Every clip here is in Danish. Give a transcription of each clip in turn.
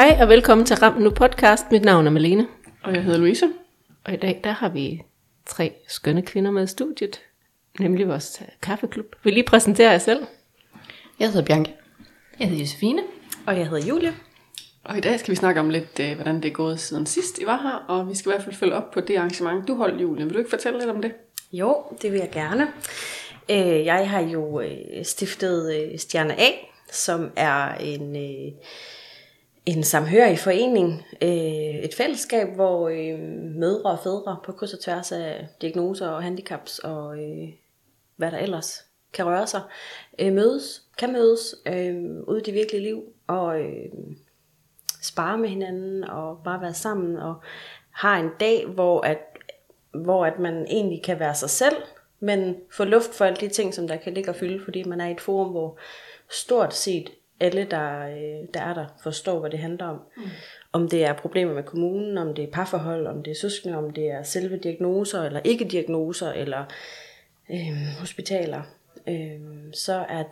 Hej og velkommen til Ram Nu podcast. Mit navn er Malene. Og jeg hedder Louise. Og i dag der har vi 3 skønne kvinder med i studiet. Nemlig vores kaffeklub. Vil I lige præsentere jer selv? Jeg hedder Bianca. Jeg hedder Josefine. Og jeg hedder Julie. Og i dag skal vi snakke om lidt, hvordan det er gået siden sidst I var her. Og vi skal i hvert fald følge op på det arrangement, du holdt, Julie. Vil du ikke fortælle lidt om det? Jo, det vil jeg gerne. Jeg har jo stiftet Stjerne A, som er en samhørig forening. Et fællesskab, hvor mødre og fædre på kryds og tværs af diagnoser og handicaps og hvad der ellers kan røre sig, kan mødes ude i det virkelige liv og spare med hinanden og bare være sammen og har en dag, hvor at man egentlig kan være sig selv, men få luft for alle de ting, som der kan ligge og fylde, fordi man er i et forum, hvor stort set alle, der er der, forstår, hvad det handler om. Om det er problemer med kommunen, om det er parforhold, om det er søskende, om det er selve diagnoser, eller ikke diagnoser, eller hospitaler. Så er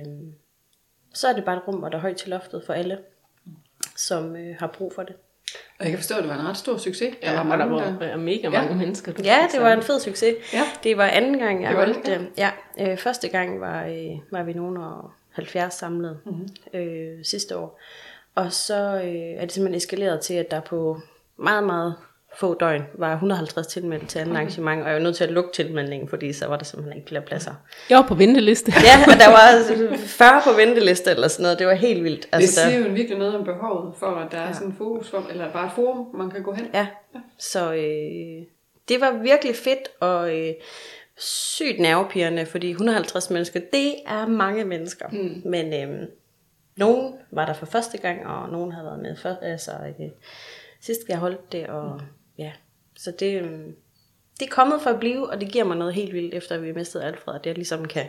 det bare et rum, hvor der er højt til loftet for alle, som har brug for det. Og jeg kan forstå, at det var en ret stor succes. Ja, der var mega mange mennesker. Ja, det var en fed succes. Ja. Det var anden gang, jeg holdt det. Ja, første gang var vi nogen og 70 samlet sidste år. Og så er det simpelthen eskaleret til, at der på meget, meget få døgn var 150 tilmeldt til anden arrangement, og jeg var nødt til at lukke tilmeldingen, fordi så var der simpelthen ikke flere pladser. Jeg var på venteliste. Ja, og der var 40 på venteliste eller sådan noget. Det var helt vildt. Altså, det siger jo virkelig noget om behovet for, at der er sådan en fokus for, eller bare et forum, man kan gå hen. Ja. Så det var virkelig fedt og sygt nervepirrende, fordi 150 mennesker, det er mange mennesker. Men nogen var der for første gang, og nogen havde været med sidst jeg holdt det, og ja, så det er kommet for at blive, og det giver mig noget helt vildt, efter vi har mistet Alfred, at jeg ligesom kan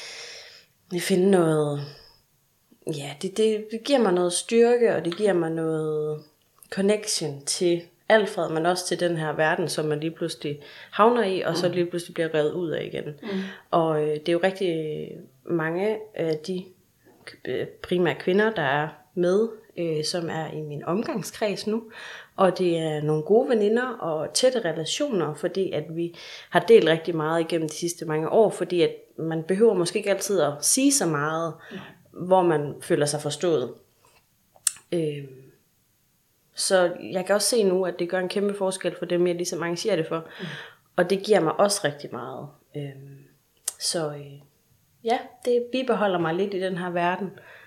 finde noget, ja, det giver mig noget styrke, og det giver mig noget connection til Alfred, men også til den her verden, som man lige pludselig havner i, og så lige pludselig bliver revet ud af igen. Og det er jo rigtig mange af de primære kvinder, der er med, som er i min omgangskreds nu, og det er nogle gode veninder og tætte relationer, fordi at vi har delt rigtig meget igennem de sidste mange år, fordi at man behøver måske ikke altid at sige så meget, hvor man føler sig forstået. Så jeg kan også se nu, at det gør en kæmpe forskel for dem, jeg ligesom arrangerer det for, og det giver mig også rigtig meget. Ja, det bibeholder mig lidt i den her verden,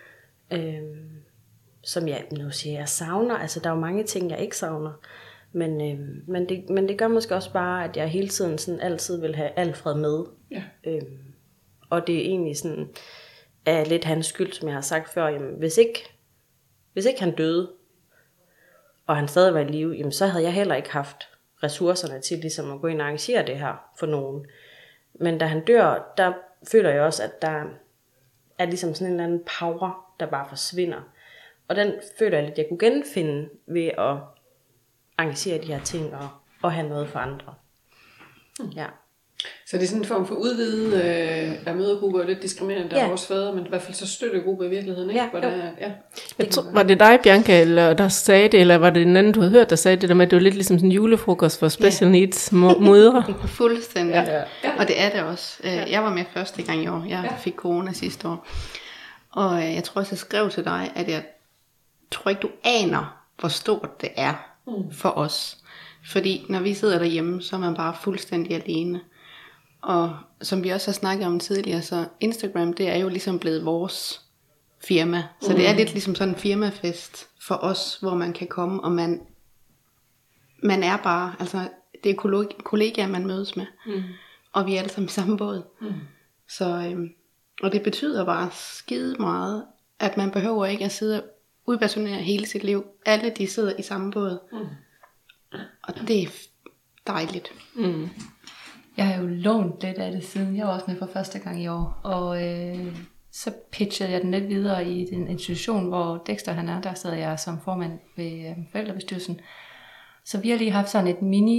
som jeg nu siger, jeg savner. Altså, der er jo mange ting, jeg ikke savner. Men det gør måske også bare, at jeg hele tiden sådan altid vil have Alfred med. Ja. Og det er egentlig sådan, er lidt hans skyld, som jeg har sagt før. Jamen, hvis ikke han døde, og han stadig var i live, jamen, så havde jeg heller ikke haft ressourcerne til ligesom at gå ind og arrangere det her for nogen. Men da han dør, der føler jeg også, at der er ligesom sådan en eller anden power, der bare forsvinder. Og den føler jeg lidt, jeg kunne genfinde ved at arrangere de her ting og have noget for andre. Ja. Så det er sådan en form for udvidet af mødergrupper, og lidt diskriminerende, der er vores fædre, men i hvert fald så støttegruppe i virkeligheden, ikke? Jeg tror, var det dig, Bianca, eller der sagde det, eller var det en anden, du havde hørt, der sagde det der med, at det var lidt ligesom sådan en julefrokost for special needs mødre? Fuldstændig. Ja. Og det er det også. Jeg var med første gang i år. Jeg fik corona sidste år. Og jeg tror også, jeg skrev til dig, at jeg tror ikke, du aner, hvor stort det er for os. Fordi når vi sidder derhjemme, så er man bare fuldstændig alene. Og som vi også har snakket om tidligere, så Instagram, det er jo ligesom blevet vores firma. Så det er lidt ligesom sådan en firmafest for os, hvor man kan komme, og man er bare, altså det er kollegaer, man mødes med. Og vi er alle sammen i samme båd. Så, og det betyder bare skide meget, at man behøver ikke at sidde og udpersonere hele sit liv. Alle de sidder i samme båd. Og det er dejligt. Jeg har jo lånt lidt af det siden. Jeg var også med for første gang i år. Og så pitchede jeg den lidt videre i den institution, hvor Dexter han er. Der sidder jeg som formand ved forældrebestyrelsen. Så vi har lige haft sådan et mini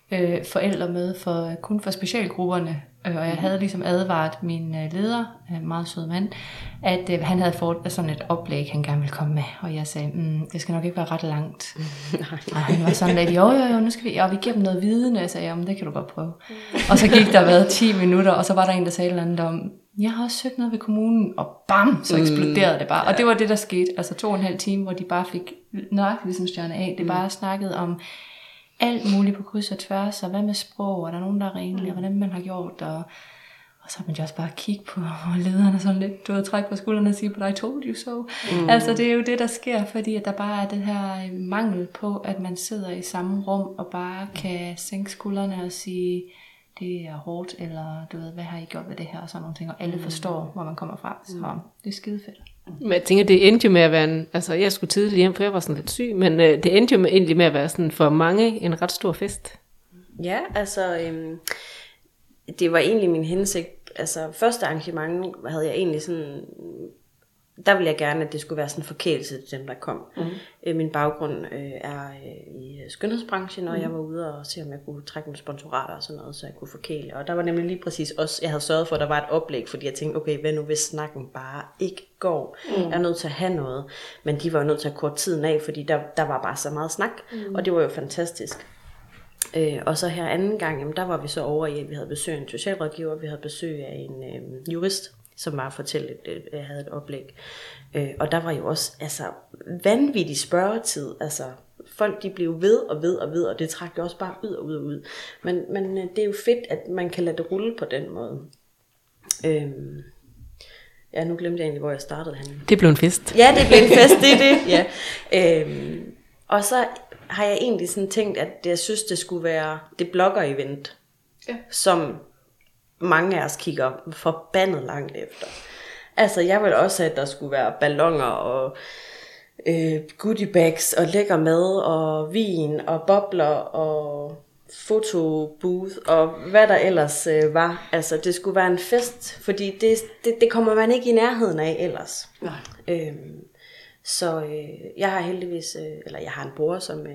forældre med kun for specialgrupperne. Og jeg havde ligesom advaret min leder, en meget sød mand, at han havde fået sådan et oplæg, han gerne ville komme med. Og jeg sagde, det skal nok ikke være ret langt. Og han var sådan lidt, jo, nu skal vi, vi giver dem noget viden. Og jeg sagde, det kan du godt prøve. Og så gik der været 10 minutter, og så var der en, der sagde et eller andet om, jeg har også søgt noget ved kommunen, og bam, så eksploderede det bare. Og det var det, der skete. Altså 2,5 time, hvor de bare fik nøjagtigt ligesom stjerne af. Det bare snakkede om alt muligt på kryds og tværs, og hvad med sprog, og der er nogen, der er renlige, og hvordan man har gjort, og så har man jo også bare kigge på lederne sådan lidt, du ved, trække på skuldrene og sige, but I told you so. Altså det er jo det, der sker, fordi at der bare er det her mangel på, at man sidder i samme rum, og bare kan sænke skuldrene og sige, det er hårdt, eller du ved, hvad har I gjort ved det her, og sådan nogle ting, og alle forstår, hvor man kommer fra, så det er skide fedt. Men jeg tænker, det endte jo med at være altså jeg skulle tidligt hjem, for jeg var sådan lidt syg, men det endte jo egentlig med at være sådan for mange en ret stor fest. Ja, altså det var egentlig min hensigt, altså første arrangement havde jeg egentlig sådan, der ville jeg gerne, at det skulle være sådan en forkælelse til dem, der kom. Min baggrund er i skønhedsbranchen, og jeg var ude og se, om jeg kunne trække nogle sponsorater og sådan noget, så jeg kunne forkæle. Og der var nemlig lige præcis også, jeg havde sørget for, at der var et oplæg, fordi jeg tænkte, okay, hvad nu hvis snakken bare ikke går? Jeg er nødt til at have noget. Men de var jo nødt til at korte tiden af, fordi der var bare så meget snak, og det var jo fantastisk. Og så her anden gang, jamen, der var vi så over i, at vi havde besøg af en socialrådgiver, vi havde besøg af en jurist, som var havde et oplæg. Og der var jo også altså vanvittig spørgetid. Altså folk de blev ved, og det trak jo også bare ud. Men det er jo fedt, at man kan lade det rulle på den måde. Ja, nu glemte jeg egentlig, hvor jeg startede henne. Det blev en fest. Ja, det blev en fest, det er det. Ja. Og så har jeg egentlig sådan tænkt, at jeg synes, det skulle være det blogger-event, som mange af os kigger forbandet langt efter. Altså, jeg vil også have, at der skulle være balloner og goodiebags og lækker mad og vin og bobler og fotobooth og hvad der ellers var. Altså, det skulle være en fest, fordi det kommer man ikke i nærheden af ellers. Nej. Så jeg har heldigvis, eller jeg har en bror, som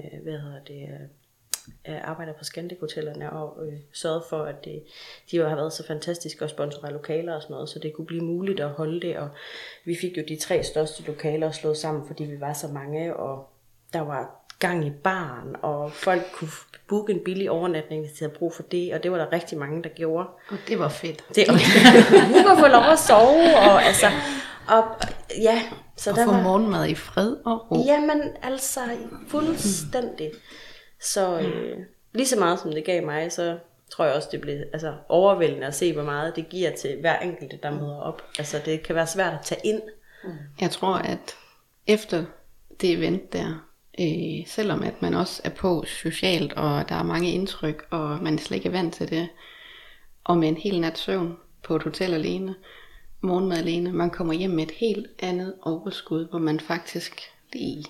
arbejder på Scandic Hotellerne og sørget for, at de jo har været så fantastiske og sponsorere lokaler og sådan noget, så det kunne blive muligt at holde det. Og vi fik jo de 3 største lokaler slået sammen, fordi vi var så mange, og der var gang i baren, og folk kunne booke en billig overnatning, hvis de havde brug for det, og det var der rigtig mange, der gjorde. Og det var fedt. Hun kunne få lov at sove, og altså, og ja. Så og der få var morgenmad i fred og ro. Jamen, altså, fuldstændig. Så lige så meget som det gav mig, så tror jeg også, det blev altså, overvældende at se, hvor meget det giver til hver enkelte, der møder op. Altså, det kan være svært at tage ind. Jeg tror, at efter det event der, selvom at man også er på socialt, og der er mange indtryk, og man slet ikke er vant til det, og med en hel nat søvn på et hotel alene, morgenmad alene, man kommer hjem med et helt andet overskud, hvor man faktisk lige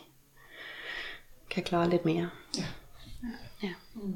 kan klare lidt mere. Ja.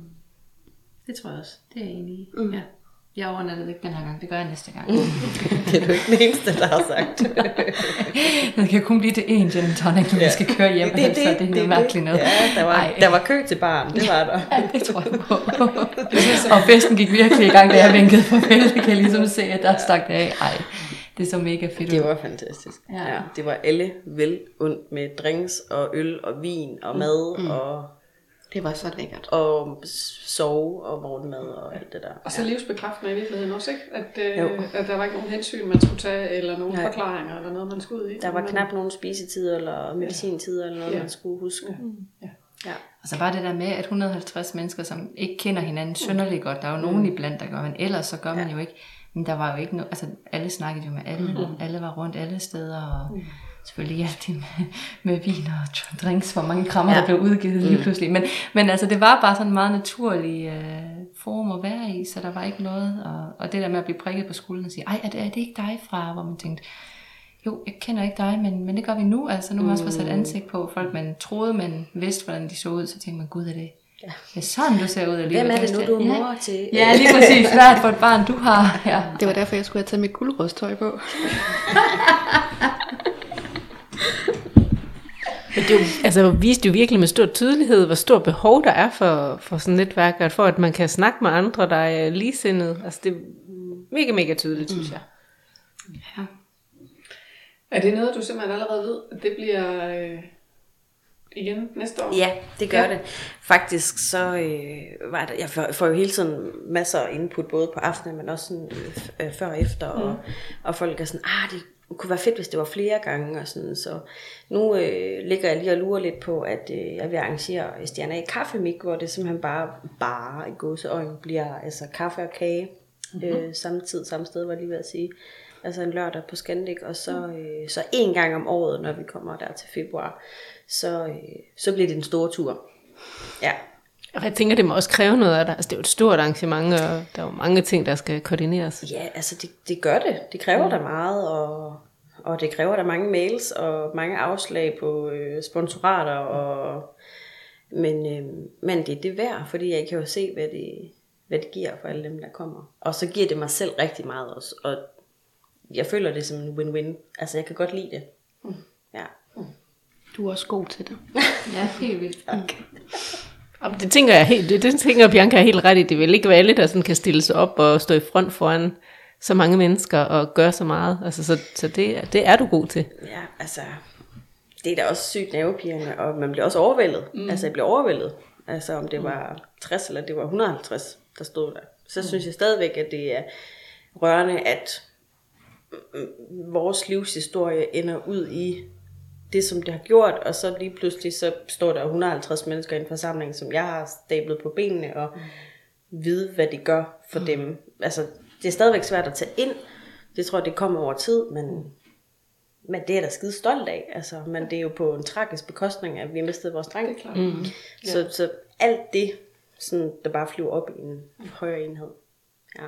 Det tror jeg også. Det er jeg enig i. Ja. Jeg overnattede ikke den her gang. Det gør jeg næste gang. Det er du ikke den eneste, der har sagt. Det kan kun blive til én gin and tonic, når vi skal køre hjem. Det er noget mærkeligt noget. Ja, der var kø til baren. Det var der. Ja, det tror jeg på. Og festen gik virkelig i gang, da jeg vinkede farvel. Det kan jeg ligesom se, at der stak det af. Ej, det er så mega fedt. Det var fantastisk. Ja. Det var alle vel ondt med drinks og øl og vin og mad og... Det var så lækkert. Og sove og morgenmad og alt det der. Og så livsbekræftende i virkeligheden også, ikke? At der var ikke nogen hensyn, man skulle tage, eller nogen forklaringer, eller noget, man skulle ud i. Der var knap nogen spisetider, eller medicentider, eller noget, man skulle huske. Ja. Og så bare det der med, at 150 mennesker, som ikke kender hinanden synderligt godt, der er jo nogen iblandt, der gør, men ellers så gør man jo ikke. Men der var jo ikke noget, altså alle snakkede jo med alle, alle var rundt alle steder, og selvfølgelig hjalp de med vin og drinks, hvor mange krammer der blev udgivet lige pludselig. Men altså det var bare sådan en meget naturlig form at være i, så der var ikke noget, og det der med at blive prikket på skulderen og sige, ej, er det ikke dig fra, hvor man tænkte, jo, jeg kender ikke dig, men det gør vi nu, altså nu har man også fået sat ansigt på folk, man troede, man vidste, hvordan de så ud, så tænkte man, gud, er det er sådan, du ser ud alligevel. Hvem er det nu, du er mor til? Ja, lige præcis. Hvad er det for et barn, du har? Ja. Det var derfor, jeg skulle have taget mit guldrødstøj på. Men det er jo, altså, viste jo virkelig med stor tydelighed, hvor stor behov der er for sådan et netværk, for at man kan snakke med andre, der er ligesindede. Altså det er mega, mega tydeligt, synes jeg. Ja. Er det noget, du simpelthen allerede ved, at det bliver igen næste år? Ja, det gør det. Faktisk så var det, jeg får jo hele tiden masser af input, både på aftenen, men også sådan, før og efter, og folk er sådan, det kunne være fedt, hvis det var flere gange, og sådan, så nu ligger jeg lige og lurer lidt på, at jeg vil arrangere Stjerner i kaffemik, hvor det simpelthen bare i gåseøjne bliver altså kaffe og kage, samme tid, samme sted, var jeg lige ved at sige. Altså en lørdag på Scandic, og så en gang om året, når vi kommer der til februar, så bliver det en stor tur. Ja. Og jeg tænker, det må også kræve noget af dig. Altså det er jo et stort arrangement, og der er jo mange ting, der skal koordineres. Ja, altså det gør det. Det kræver da meget, og det kræver da mange mails, og mange afslag på sponsorater, men det er værd, fordi jeg kan jo se, hvad det giver for alle dem, der kommer. Og så giver det mig selv rigtig meget også, og jeg føler det som en win-win. Altså, jeg kan godt lide det. Ja. Du er også god til det. Ja, helt vildt. Okay. Og det tænker jeg det tænker Bianca er helt ret i. Det vil ikke være alle, der sådan kan stille sig op og stå i front foran så mange mennesker og gøre så meget. Altså, så det er du god til. Ja, altså, det er da også sygt nervepirrende, og man bliver også overvældet. Altså, jeg bliver overvældet. Altså, om det var 60 eller det var 150, der stod der. Så synes jeg stadigvæk, at det er rørende, at vores livshistorie ender ud i det, som det har gjort, og så lige pludselig så står der 150 mennesker i en forsamling, som jeg har stablet på benene, og vide, hvad det gør for dem. Altså, det er stadigvæk svært at tage ind. Det tror jeg, det kommer over tid, men det er jeg da skide stolt af. Altså, men det er jo på en tragisk bekostning, at vi har mistet vores dreng. Det er klart. Så alt det, sådan, der bare flyver op i en højere enhed. Ja.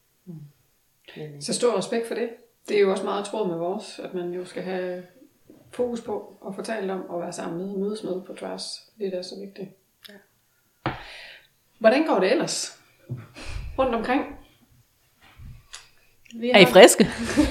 Så stor respekt for det. Det er jo også meget tråd med vores, at man jo skal have fokus på og fortælle om at være sammen med, mødes med på tværs. Det er så vigtigt. Ja. Hvordan går det ellers? Rundt omkring? Er I friske?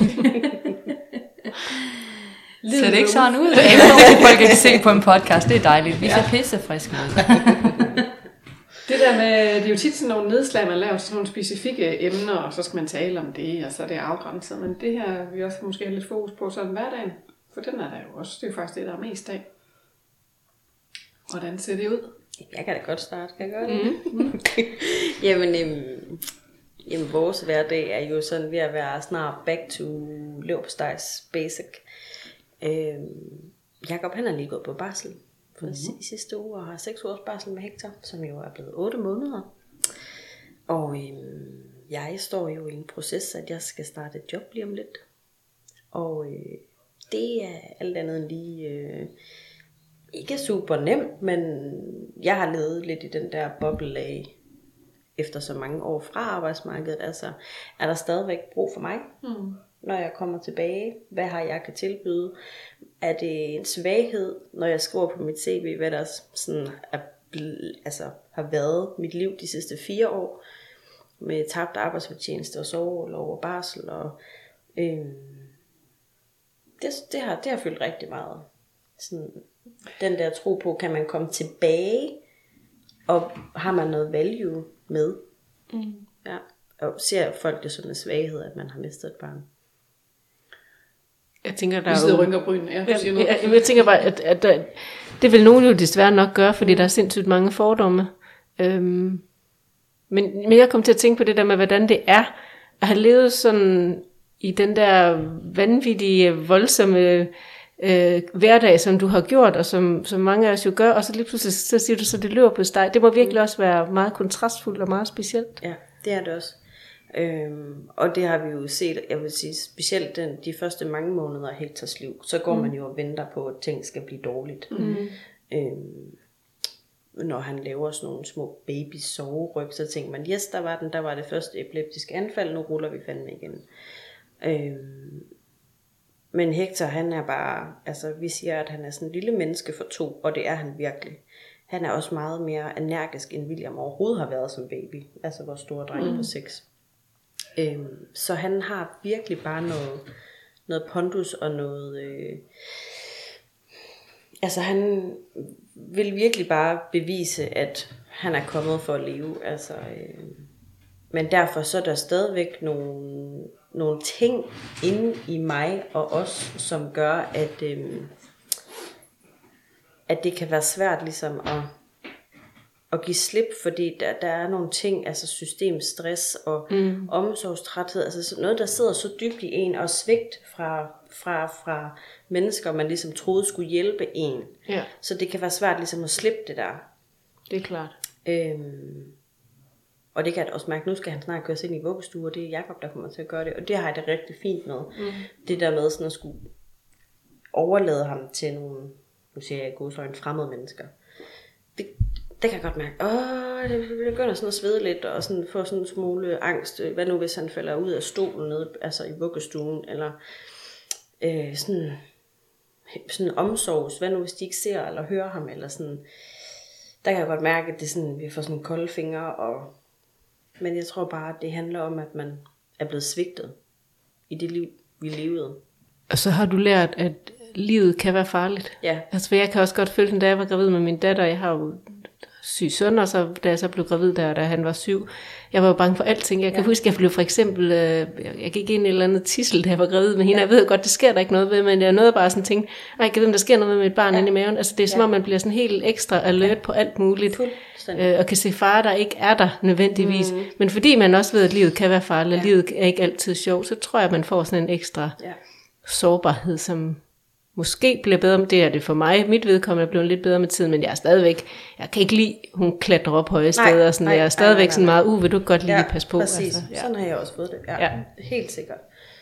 Ser det ikke sådan ud? Det folk kan se på en podcast, det er dejligt. Vi ser pissefriske ud. Det der med, det er jo tit sådan nogle nedslag, man laver sådan nogle specifikke emner, og så skal man tale om det, og så er det afgrænset. Men det her, vi også måske have lidt fokus på sådan hverdagen, for den er der jo også. Det er jo faktisk det, der er mest af. Hvordan ser det ud? Jeg kan da godt starte, kan jeg gøre det? Jamen, vores hverdag er jo sådan ved at være snart back to leverpostejs basic. Jakob, han er lige gået på barsel for sidste uge, og har 6 ugers barsel med Hector, som jo er blevet 8 måneder. Og jeg står jo i en proces, at jeg skal starte et job lige om lidt. Og det er alt andet end lige ikke super nemt, men jeg har levet lidt i den der boble af, efter så mange år fra arbejdsmarkedet. Altså, er der stadigvæk brug for mig, når jeg kommer tilbage? Hvad har jeg kan tilbyde? Er det en svaghed, når jeg skriver på mit CV, hvad der sådan har været mit liv de sidste 4 år, med tabt arbejdsfortjeneste og sorgorlov og barsel, og det har fyldt rigtig meget. Sådan, den der tro på, kan man komme tilbage, og har man noget value med? Ja. Og ser folk det som en svaghed, at man har mistet et barn? Jeg tænker, der Vi sidder og rynker bryn. Ja, jeg tænker bare, at det vil nogen jo desværre nok gøre, fordi der er sindssygt mange fordomme. Men jeg kom til at tænke på det der med, hvordan det er at have levet sådan i den der vanvittige, voldsomme hverdag, som du har gjort, og som mange af os jo gør, og så lige pludselig så siger du, så det løber på steg. Det må virkelig også være meget kontrastfuldt og meget specielt. Ja, det er det også. Og det har vi jo set, jeg vil sige, specielt de første mange måneder af Hectors liv, så går man jo og venter på, at ting skal blive dårligt. Når han laver sådan nogle små baby-soveryg, så tænker man, yes, der var det første epileptiske anfald, nu ruller vi fandme igen. Men Hector, han er bare, altså vi siger, at han er sådan en lille menneske for 2, og det er han virkelig. Han er også meget mere energisk, end William overhovedet har været som baby, altså vores store dreng på 6. Så han har virkelig bare noget pondus og noget Altså han vil virkelig bare bevise, at han er kommet for at leve. Altså, men derfor så er der stadigvæk nogle ting inde i mig og os, som gør, at det kan være svært ligesom at give slip, fordi der er nogle ting, altså systemstress og omsorgstræthed, altså noget, der sidder så dybt i en, og svigt fra mennesker, man ligesom troede skulle hjælpe en. Ja. Så det kan være svært ligesom at slippe det der. Det er klart. Og det kan jeg da også mærke, nu skal han snart køres ind i vuggestue, og det er Jakob, der kommer til at gøre det, og det har jeg det rigtig fint med. Det der med sådan at skulle overlade ham til nogle, nu siger jeg godsøjne, fremmede mennesker. Det kan jeg godt mærke. Det begynder sådan at svede lidt, og sådan få sådan en smule angst. Hvad nu hvis han falder ud af stolen nede, altså i vuggestuen, eller sådan omsorgs. Hvad nu hvis de ikke ser eller hører ham, eller sådan. Der kan jeg godt mærke, at det sådan, vi får sådan kolde fingre. Men jeg tror bare, at det handler om, at man er blevet svigtet i det liv, vi levede. Og så har du lært, at livet kan være farligt. Ja. Altså, for jeg kan også godt føle den, da jeg var gravid med min datter. Jeg har jo syg søn, og så, da jeg så blev gravid der, da han var 7. Jeg var jo bange for alting. Jeg kan huske, jeg blev for eksempel, jeg gik ind i et eller andet tissel, da jeg var gravid med hende. Jeg ved godt, det sker der ikke noget ved, men jeg nåede bare sådan tænke, jeg kan vide, om der sker noget med mit barn inde i maven. Altså, det er som om, man bliver sådan helt ekstra alert på alt muligt. Og kan se farer, der ikke er der nødvendigvis. Men fordi man også ved, at livet kan være farligt, og livet er ikke altid sjovt, så tror jeg, at man får sådan en ekstra sårbarhed, som måske bliver bedre. Det er det for mig. Mit vedkommende er blevet lidt bedre med tiden, men jeg er stadigvæk, jeg kan ikke lide, hun klatrer op høje steder. Sådan, jeg er stadigvæk sådan meget, vil du godt lige passe på. Præcis. Altså, sådan har jeg også fået det. Ja. Helt sikkert.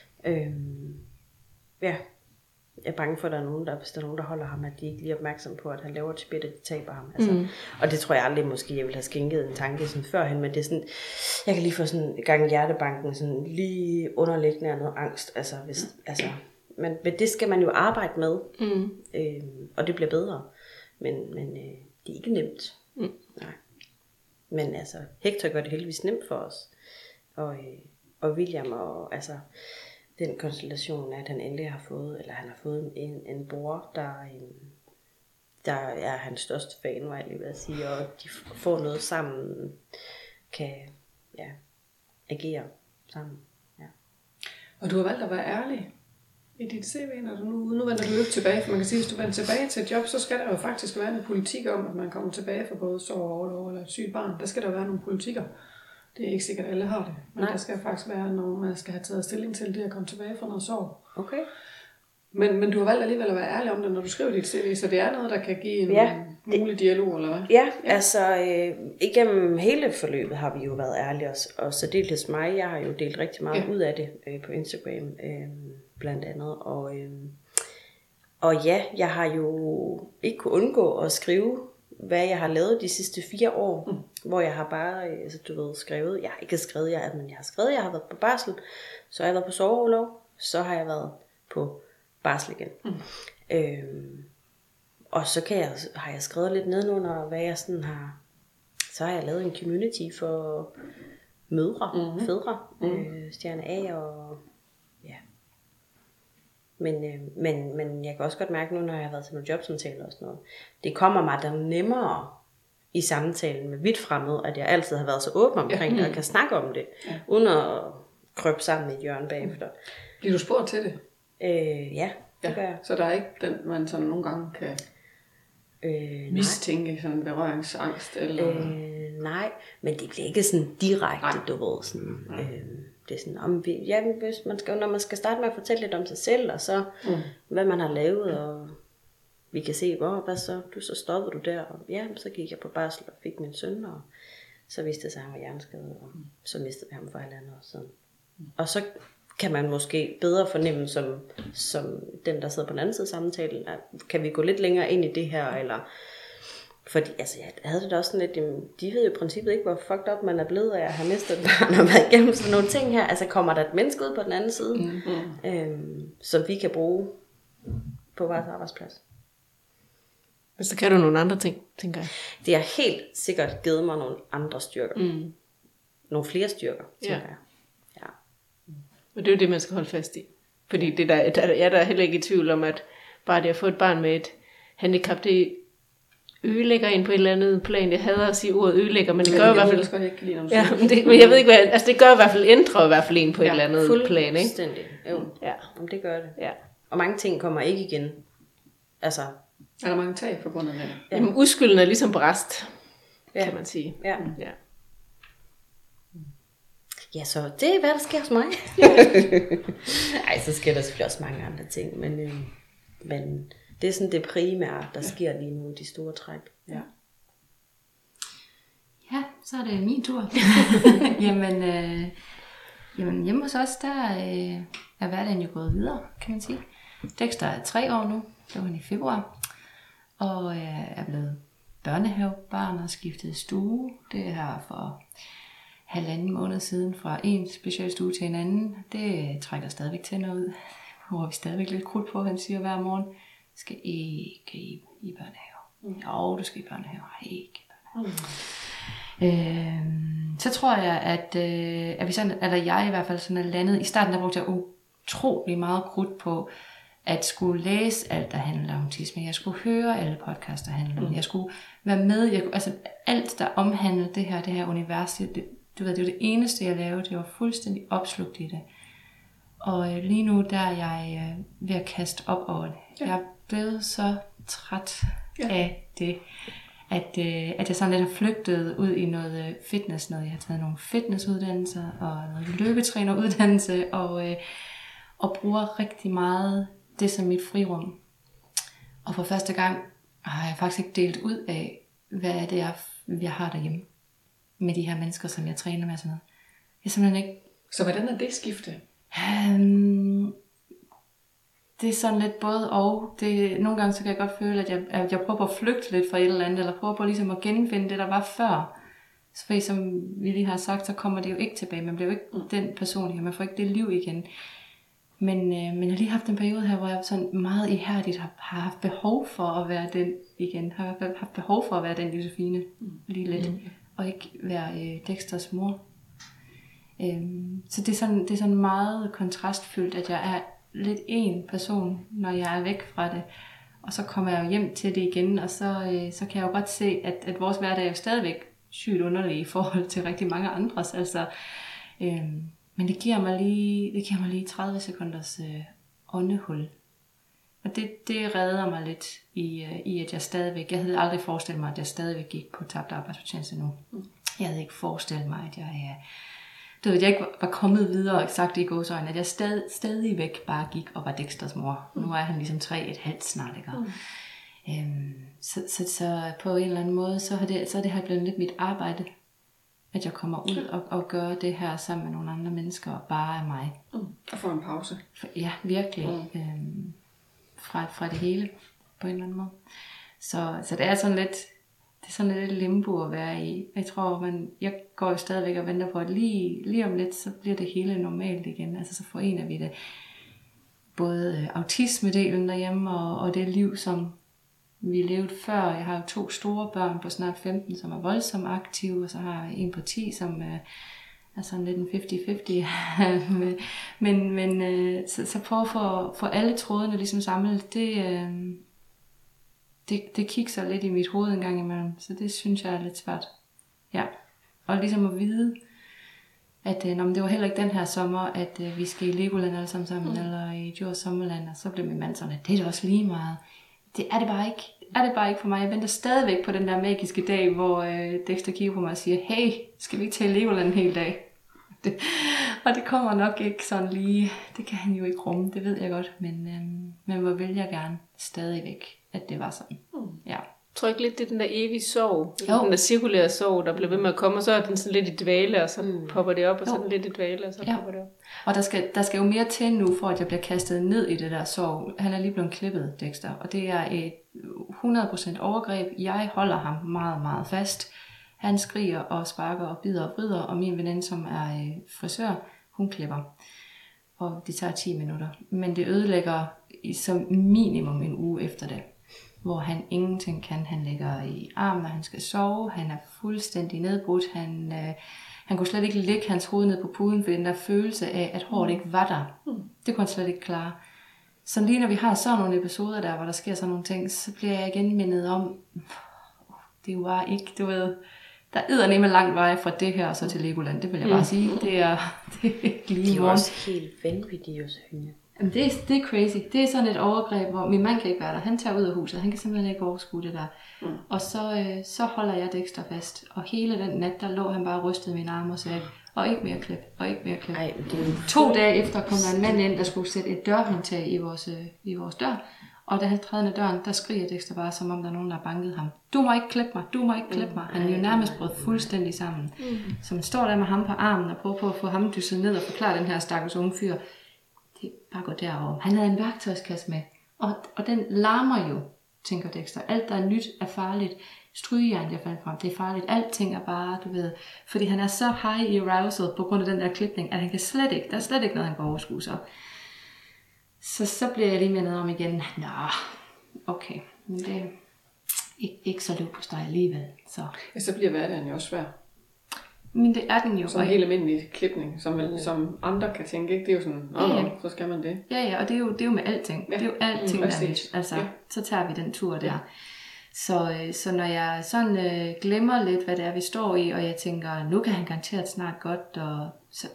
Jeg er bange for, at der er nogen, hvis der er nogen, der holder ham, at de ikke lige er opmærksom på, at han laver et spil, og de taber ham. Altså. Og det tror jeg aldrig, måske jeg ville have skænket en tanke sådan førhen, men det er sådan, jeg kan lige få sådan en gang i hjertebanken, sådan lige underliggende af noget angst. Altså, men det skal man jo arbejde med, og det bliver bedre. Men det er ikke nemt. Nej. Men altså, Hector gør det heldigvis nemt for os. Og William, og altså, den konstellation, at han endelig har fået, eller han har fået en bror, der er hans største fan, var jeg lige ved at sige, og de får noget sammen, kan agere sammen. Ja. Og du har valgt at være ærlig i dit CV, når nu vender du jo ikke tilbage, for man kan sige, hvis du vender tilbage til et job, så skal der jo faktisk være en politik om, at man kommer tilbage for både sorg og orlov eller et sygt barn. Der skal der være nogle politikker. Det er ikke sikkert, at alle har det, men der skal faktisk være nogen, man skal have taget stilling til det at komme tilbage fra noget sorg. Okay. Men du har valgt alligevel at være ærlig om det, når du skriver dit CV, så det er noget, der kan give en mulig dialog, eller hvad? Ja, altså igennem hele forløbet har vi jo været ærlige, og så delt hos mig. Jeg har jo delt rigtig meget ud af det på Instagram, blandt andet. Og ja, jeg har jo ikke kunnet undgå at skrive, hvad jeg har lavet de sidste 4 år, hvor jeg har bare, altså du ved, skrevet, jeg har ikke skrevet, men jeg har skrevet, jeg har været på barsel, så har jeg været på sorgorlov, så har jeg været på barsel igen. Og så har jeg skrevet lidt nedenunder, hvad jeg sådan har, så har jeg lavet en community for mødre, fædre, Stjerne A og Men jeg kan også godt mærke nu, når jeg har været til nogle jobsamtaler og sådan noget, det kommer mig da nemmere i samtalen med vidt fremmed, at jeg altid har været så åben omkring det, og kan snakke om det, uden at krøbe sammen i et hjørne bagefter. Bliver du spurgt til det? Ja, det gør jeg. Så der er ikke den, man sådan nogle gange kan mistænke, sådan berøringsangst? Eller? Nej, men det bliver ikke sådan direkte, du ved, sådan... Det er sådan, hvis man skal, når man skal starte med at fortælle lidt om sig selv, og så hvad man har lavet, og vi kan se, hvad så, så stoppede du der, og så gik jeg på barsel og fik min søn, og så viste det sig, at han var hjerneskadet, og så mistede vi ham for 1,5 år siden. Og så kan man måske bedre fornemme, som den, der sidder på den anden side af samtalen, at kan vi gå lidt længere ind i det her, eller... Fordi altså, jeg havde det også sådan lidt, de ved jo i princippet ikke, hvor fucked up man er blevet af at have mistet et barn og været igennem sådan nogle ting her. Altså kommer der et menneske ud på den anden side, som vi kan bruge på vores arbejdsplads. Men så kan du nogle andre ting, tænker jeg. Det har helt sikkert givet mig nogle andre styrker. Nogle flere styrker, tænker jeg. Ja. Og det er jo det, man skal holde fast i. Fordi jeg er der heller ikke i tvivl om, at bare det at få et barn med et handicap, det ødelægger en på et eller andet plan. Jeg hader at sige ordet ødelægger, men det gør i hvert fald... men jeg ved ikke, hvad... Altså, det gør i hvert fald, ændrer i hvert fald en på et eller andet plan, ikke? Fuldstændig. Jo, det gør det. Ja. Og mange ting kommer ikke igen. Altså... Er der mange tab forbundet med det? Ja. Jamen, uskylden er ligesom bræst, kan man sige. Ja. Ja, så det er, hvad der sker hos mig. Ej, så sker der selvfølgelig også mange andre ting, men det er sådan det primære, der sker lige nu, de store træk. Ja. Ja, så er det min tur. jamen, hjemme hos os, der er hverdagen jo gået videre, kan man sige. Dexter er 3 år nu, det var han i februar, og er blevet børnehavebarn og skiftet stue. Det er her for 1,5 måned siden fra en specialstue til en anden. Det trækker stadigvæk tænder ud. Hvor vi stadigvæk lidt krudt på, han siger hver morgen, skal ikke i børnehave. Jo, du skal i børnehave. Ikke i børnehave. Så tror jeg, at vi sådan, eller jeg i hvert fald sådan er landet. I starten der brugte jeg utrolig meget krudt på at skulle læse alt, der handler om autisme. Jeg skulle høre alle podcasts, der handler om. Jeg skulle være med. Altså alt, der omhandlede det her univers. Det var det eneste, jeg lavede. Det var fuldstændig opslugt i det. Og lige nu, der er jeg ved at kaste op over det. Ja. Jeg er blevet så træt af det, at jeg sådan lidt har flygtet ud i noget fitness. Jeg har taget nogle fitnessuddannelser og noget løbetræneruddannelse, og bruger rigtig meget det som mit frirum. Og for første gang har jeg faktisk ikke delt ud af, hvad det er, jeg har derhjemme med de her mennesker, som jeg træner med og sådan noget. Jeg simpelthen ikke... Så hvordan er det skifte? Det er sådan lidt både og. Nogle gange så kan jeg godt føle, at jeg prøver at flygte lidt fra et eller andet, eller prøver på ligesom at genfinde det, der var før. Så fordi, som vi lige har sagt, så kommer det jo ikke tilbage. Man bliver jo ikke den person her. Man får ikke det liv igen. Men jeg har lige haft en periode her, hvor jeg sådan meget ihærdigt har haft behov for at være den igen. Har haft behov for at være den Josefine lige lidt. Og ikke være Dexters mor. Så det er sådan meget kontrastfyldt, at jeg er lidt en person, når jeg er væk fra det. Og så kommer jeg jo hjem til det igen, og så kan jeg jo godt se, at vores hverdag er jo stadigvæk sygt underlig i forhold til rigtig mange andres. Altså, men det giver mig lige 30 sekunders åndehul. Og det redder mig lidt i at jeg stadigvæk... Jeg havde aldrig forestillet mig, at jeg stadigvæk gik på tabt arbejdsfortjeneste nu. Jeg havde ikke forestillet mig, at jeg ikke var kommet videre sagt i gåseøjne, at jeg stadigvæk bare gik og var Dexters mor. Nu er han ligesom 3,5 snart, ikke? Så på en eller anden måde, så er det her blevet lidt mit arbejde, at jeg kommer ud og gør det her sammen med nogle andre mennesker, og bare er mig. Og få en pause. Ja, virkelig. Fra det hele, på en eller anden måde. Så det er sådan lidt... Det er sådan lidt limbo at være i. Jeg tror, jeg går jo stadigvæk og venter på, at lige om lidt, så bliver det hele normalt igen. Altså så forener vi det. Både autisme-delen derhjemme, og det liv, som vi levede før. Jeg har jo 2 store børn på snart 15, som er voldsomt aktive, og så har jeg en på 10, som er sådan lidt en 50-50. men så prøve at få alle trådene ligesom samlet, det kigger lidt i mit hoved en gang imellem, så det synes jeg er lidt svært. Ja, og ligesom at vide, at det var heller ikke den her sommer, at vi skal i Legoland alle sammen, eller i Djurs Sommerland, og så blev min mand sådan, at det er da også lige meget. Det er det bare ikke. Det er det bare ikke for mig. Jeg venter stadigvæk på den der magiske dag, hvor Dexter kigger på mig og siger, hey, skal vi ikke tage i Legoland en hel dag? Og det kommer nok ikke sådan lige, det kan han jo ikke rumme, det ved jeg godt, men hvor vil jeg gerne stadigvæk, at det var sådan. Ja. Jeg tror ikke lidt, det er den der evige sorg, den der cirkulære sorg, der bliver ved med at komme, og så er den sådan lidt i dvale, og så popper det op, og så er den lidt i dvale, og så popper det op. Og der skal jo mere til nu, for at jeg bliver kastet ned i det der sorg. Han er lige blevet klippet, Dexter, og det er et 100% overgreb. Jeg holder ham meget, meget fast. Han skriger og sparker og bider og vrider, og min veninde, som er frisør, hun klipper. Og det tager 10 minutter. Men det ødelægger som minimum en uge efter det, hvor han ingenting kan. Han ligger i armen, når han skal sove. Han er fuldstændig nedbrudt. Han kunne slet ikke lægge hans hoved ned på puden, for den der følelse af, at håret ikke var der. Det kunne han slet ikke klare. Så lige når vi har sådan nogle episoder der, hvor der sker sådan nogle ting, så bliver jeg igen mindet om, det er jo bare ikke, du ved, der er med langt vej fra det her så til Legoland, det vil jeg bare sige. Det er ikke lige det er jo også helt vanvittigt at synge. Jamen det er crazy. Det er sådan et overgreb, hvor min mand kan ikke være der. Han tager ud af huset. Han kan simpelthen ikke overskue det der. Og så holder jeg Dexter fast. Og hele den nat, der lå han bare rystet i mine arme og sagde, og ikke mere klip, og ikke mere klip. 2 dage efter kom der en mand ind, der skulle sætte et dørhåndtag i vores dør. Og da han træder ned døren, der skriger Dexter bare, som om der er nogen, der har banket ham. Du må ikke klippe mig, du må ikke klippe mig. Han er jo nærmest brudt fuldstændig sammen. Så man står der med ham på armen og prøver på at få ham dysset ned og forklare den her stakkels unge fyr. Det er bare gå derover. Han havde en værktøjskasse med. Og den larmer jo, tænker Dexter. Alt, der er nyt, er farligt. Strygejern, jeg fandt frem, det er farligt. Alting er bare, du ved. Fordi han er så high i arousal på grund af den der klipning, at han kan slet ikke, der er slet ikke noget, han kan overskue sig. Så bliver jeg lige mindet om igen. Nå, okay. Men det er ikke så løb på steg alligevel. Så bliver hverdagen jo også svær. Men det er den jo. Som en helt almindelig klipning, som andre kan tænke, ikke? Det er jo sådan, så skal man det. Ja, og det er jo med alting. Ja. Det er jo alting, der er nyt. Altså, så tager vi den tur der. Så når jeg sådan glemmer lidt, hvad det er, vi står i, og jeg tænker, nu kan han garanteret snart godt, og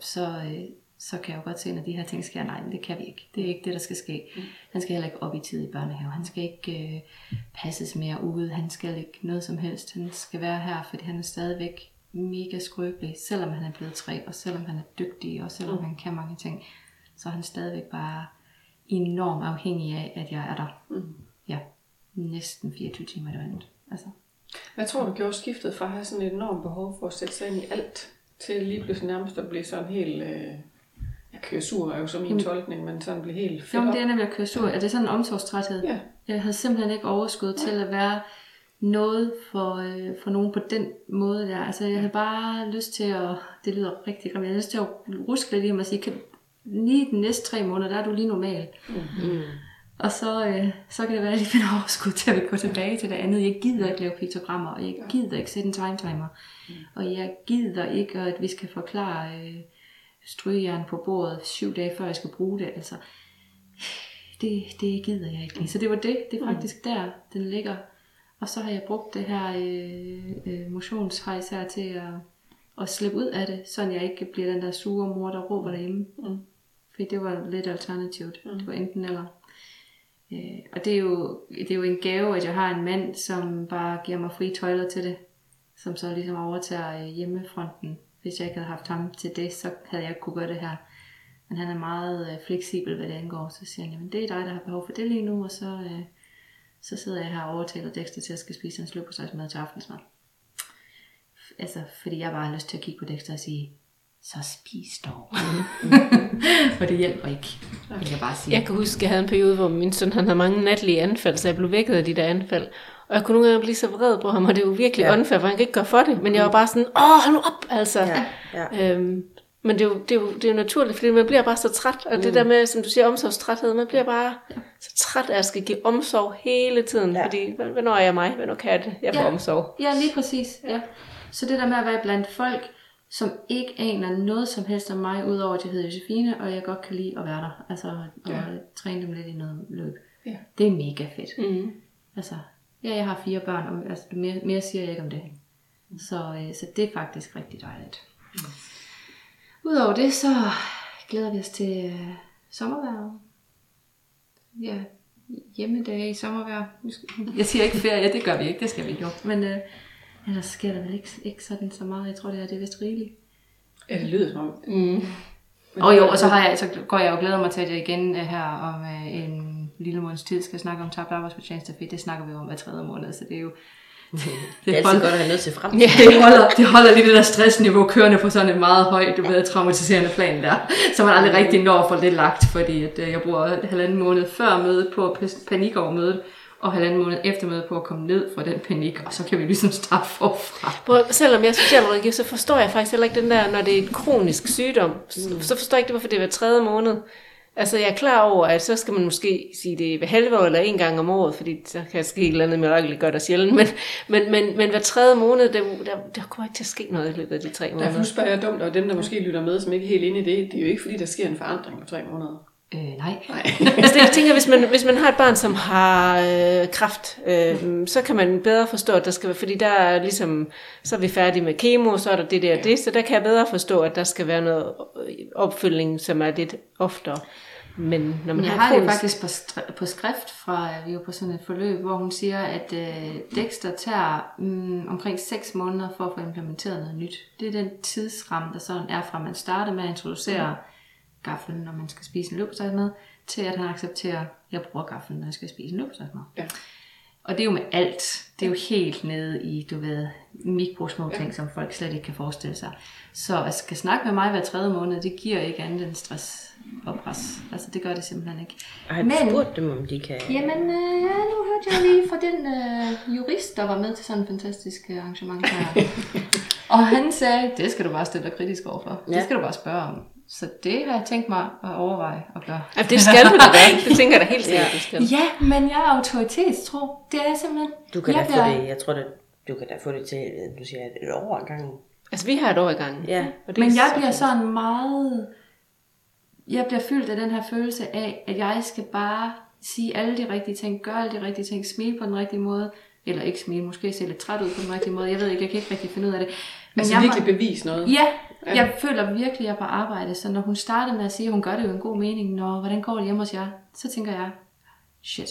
så kan jeg jo godt se, når de her ting sker. Nej, men det kan vi ikke. Det er ikke det, der skal ske. Han skal heller ikke op i tid i børnehave. Han skal ikke passes mere ude. Han skal ikke noget som helst. Han skal være her, fordi han er stadigvæk mega skrøbelig, selvom han er blevet 3, og selvom han er dygtig, og selvom han kan mange ting, så er han stadigvæk bare enormt afhængig af, at jeg er der. Ja, næsten 24 timer i døgnet. Altså. Hvad tror du gjorde skiftet fra at have sådan et enormt behov for at sætte sig ind i alt, til lige pludselig nærmest at blive sådan helt... Jeg kører sur er jo så min tolkning, men sådan blive helt fedt. Jo, det er nemlig at køre sur. Er det sådan en omsorgstræthed? Ja. Jeg havde simpelthen ikke overskud til at være noget for nogen på den måde der. Altså jeg havde bare lyst til at, det lyder rigtig grimt, jeg havde lyst til at ruske lidt i mig og sige, lige de næste 3 måneder, der er du lige normal. Og så kan det være, at jeg finder overskud til at gå tilbage til det andet. Jeg gider ikke lave piktogrammer, og jeg gider ikke sætte en time timer. Og jeg gider ikke, at vi skal forklare strygejern på bordet 7 dage før jeg skal bruge det. Altså, det gider jeg ikke. Så det var det er faktisk der, den ligger. Og så har jeg brugt det her motionshejs her til at slippe ud af det, så jeg ikke bliver den der sure mor, der råber derhjemme. Fordi det var lidt alternativet. Det var enten eller. Og det er jo en gave, at jeg har en mand, som bare giver mig frie tøjler til det. Som så ligesom overtager hjemmefronten. Hvis jeg ikke havde haft ham til det, så havde jeg ikke kunne gøre det her. Men han er meget fleksibel, hvad det angår. Så siger han, jamen det er dig, der har behov for det lige nu, og så sidder jeg her og overtaler Dexter til at skal spise en sløbårsejsmad til aftensmad. Altså, fordi jeg bare har lyst til at kigge på Dexter og sige, så spis dog. For det hjælper ikke, vil jeg bare sige. Jeg kan huske, at jeg havde en periode, hvor min søn han havde mange natlige anfald, så jeg blev vækket af de der anfald. Og jeg kunne nogle gange blive så vred på ham, og det er jo virkelig unfair, for han kan ikke gøre for det. Men jeg var bare sådan, hold nu op, altså. Men det er jo naturligt, fordi man bliver bare så træt. Og det der med, som du siger, omsorgstræthed, man bliver bare så træt af at skal give omsorg hele tiden. Fordi, hvornår er jeg mig? Hvornår kan jeg det? Jeg får omsorg. Ja, lige præcis. Ja. Så det der med at være blandt folk, som ikke aner noget som helst om mig, udover at jeg hedder Josefine, og jeg godt kan lide at være der. Altså, og træne dem lidt i noget løb. Ja. Det er mega fedt. Altså, jeg har 4 børn, og altså, mere siger jeg ikke om det. Så det er faktisk rigtig dejligt. Udover det, så glæder vi os til sommervejr. Ja, hjemmedage i sommervejr. Jeg siger ikke ferie, det gør vi ikke, det skal vi jo. Men ellers sker der vel ikke sådan så meget. Jeg tror, det er vist rigeligt. Ja, det lyder som om. Og så går jeg og glæder mig til, at jeg igen her om en lille måneds tid skal snakke om tabt arbejdsfortjeneste, for det snakker vi om hver 3. måned, så det er jo... Det er altid godt at have noget til fremtiden. Ja, det holder lige det der stressniveau kørende på sådan et meget højt, traumatiserende plan der, så man aldrig rigtig når at få det lagt, fordi at jeg bruger 1,5 måned før mødet på panik over mødet, og 1,5 måned efter mødet på at komme ned fra den panik, og så kan vi ligesom starte forfra. Selvom jeg er socialrådgiver, så forstår jeg faktisk heller ikke den der, når det er en kronisk sygdom, så forstår jeg ikke det, hvorfor det er hver 3. måned. Altså jeg er klar over, at så skal man måske sige det hver halve år eller 1 gang om året, fordi så kan ske et eller andet mirakel, gør der sjældent. Men hver 3. måned, der kommer ikke til at ske noget i løbet af de 3 måneder. Derfor spørger jeg dumt, og dem der måske lytter med, som ikke er helt inde i det, det er jo ikke fordi, der sker en forandring på 3 måneder. Nej. Altså jeg tænker, hvis man har et barn, som har kræft, så kan man bedre forstå, at der skal være, fordi der er ligesom, så er vi færdige med kemo, så er der det der og det, så der kan jeg bedre forstå, at der skal være noget opfølgning, som er lidt oftere. Men når man har det faktisk på skrift fra, vi var på sådan et forløb, hvor hun siger, at Dexter tager omkring 6 måneder for at få implementeret noget nyt. Det er den tidsramme, der sådan er fra, man starter med at introducere gaflen, når man skal spise en leverpostejsmad, til at han accepterer, at jeg bruger gaflen, når jeg skal spise en leverpostejsmad. Ja. Og det er jo med alt. Det er jo helt nede i, du ved, mikrosmå ting, som folk slet ikke kan forestille sig. Så at skal snakke med mig hver 3. måned, det giver ikke andet end stress og pres. Altså det gør det simpelthen ikke. Har du spurgt dem, om de kan? Jamen, nu hørte jeg lige fra den jurist, der var med til sådan en fantastisk arrangement her. Og han sagde, det skal du bare stille dig kritisk overfor. Ja. Det skal du bare spørge om. Så det har jeg tænkt mig at overveje at gøre. Ja, det skal du da gøre. Det tænker jeg da helt sikkert, det skal. Ja, men jeg er autoritetstro. Det er simpelthen... Du kan da få det, jeg tror, du kan da få det til, du siger, et år ad gangen. Altså, vi har et år ad gangen. Ja. Men jeg bliver sådan meget... Jeg bliver fyldt af den her følelse af, at jeg skal bare sige alle de rigtige ting, gøre alle de rigtige ting, smile på den rigtige måde, eller ikke smile, måske se lidt træt ud på den rigtige måde. Jeg ved ikke, jeg kan ikke rigtig finde ud af det. Men altså jeg virkelig bevise noget? Ja, jeg føler virkelig, at jeg er på arbejde. Så når hun starter med at sige, at hun gør det jo en god mening, hvordan går det hjemme hos jer? Så tænker jeg, shit,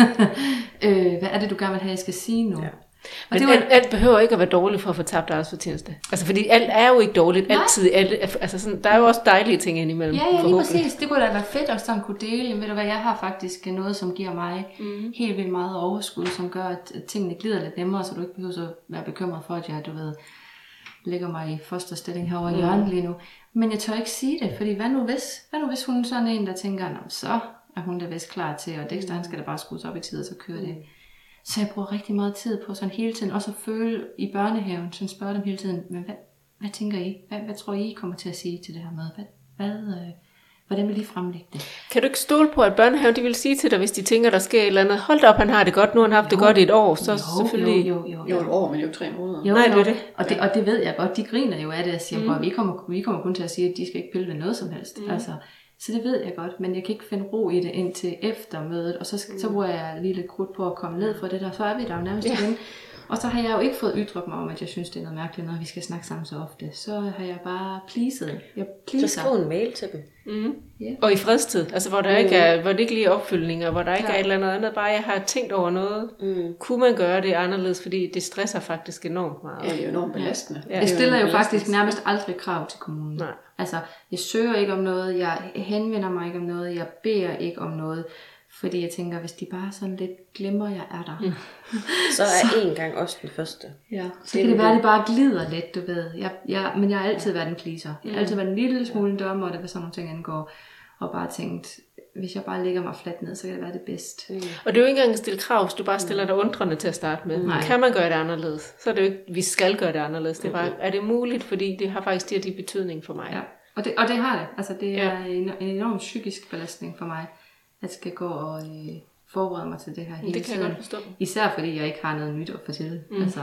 hvad er det, du gerne vil have, jeg skal sige nu? Ja. Men alt behøver ikke at være dårligt for at få tabt arbejdsfortjeneste. Altså fordi alt er jo ikke dårligt altid. Altså sådan, der er jo også dejlige ting indimellem. Ja, lige præcis. Det kunne da være fedt at sådan kunne dele. Ved du hvad, jeg har faktisk noget, som giver mig helt vildt meget overskud, som gør, at tingene glider lidt nemmere, så du ikke behøver at være bekymret for, at jeg, du ved, lægger mig i fosterstilling herovre i hjørnet lige nu. Men jeg tør ikke sige det, fordi hvad nu hvis hun er sådan en, der tænker, så er hun da vist klar til, og Dexter, han skal da bare skrues op i tid, og så kører det. Så jeg bruger rigtig meget tid på sådan hele tiden, også at føle i børnehaven, sådan spørge dem hele tiden, men hvad tænker I? Hvad tror I kommer til at sige til det her med? Hvordan vil I fremlægge det? Kan du ikke stole på, at børnehaven de vil sige til dig, hvis de tænker, der sker et eller andet? Hold da op, han har det godt, nu har han haft det godt i et år, så selvfølgelig... Jo, et år, men jo 3 måneder. Nej, det er det. Og det ved jeg godt, de griner jo af det og siger, vi kommer kun til at sige, at de skal ikke pille ved noget som helst. Altså, så det ved jeg godt, men jeg kan ikke finde ro i det indtil efter mødet, og så bruger jeg lige lidt krudt på at komme ned fra det der, så er vi der jo nærmest igen. Og så har jeg jo ikke fået ytret mig om, at jeg synes, det er noget mærkeligt, når vi skal snakke sammen så ofte. Så har jeg bare pleaset. Så skriv en mail til dem. Yeah. Og i fredstid, altså hvor der ikke er, hvor det ikke lige er opfyldninger, hvor der ikke er et eller andet, bare jeg har tænkt over noget. Kunne man gøre det anderledes, fordi det stresser faktisk enormt meget. Ja, det er jo enormt belastende. Ja. Jeg stiller jo faktisk nærmest aldrig krav til kommunen. Nej. Altså, jeg søger ikke om noget, jeg henvender mig ikke om noget, jeg beder ikke om noget. Fordi jeg tænker, hvis de bare sådan lidt glemmer, jeg er der. Så er en gang også den første. Ja, så kan det være, at det bare glider lidt, du ved. Men jeg har altid været en pleaser. Jeg har altid været en lille smule dommer, hvad sådan nogle ting angår. Og bare tænkt, hvis jeg bare lægger mig fladt ned, så kan det være det bedst. Og det er jo ikke engang at stille krav, hvis du bare stiller dig undrende til at starte med. Kan man gøre det anderledes? Så er det jo ikke, vi skal gøre det anderledes. Det er bare, er det muligt, fordi det har faktisk de betydning for mig. Ja. Og det har det. Altså det er en enorm psykisk belastning for mig. Jeg skal gå og forberede mig til det her hele tiden. Det kan jeg godt forstå. Især fordi jeg ikke har noget nyt at fortælle. Altså,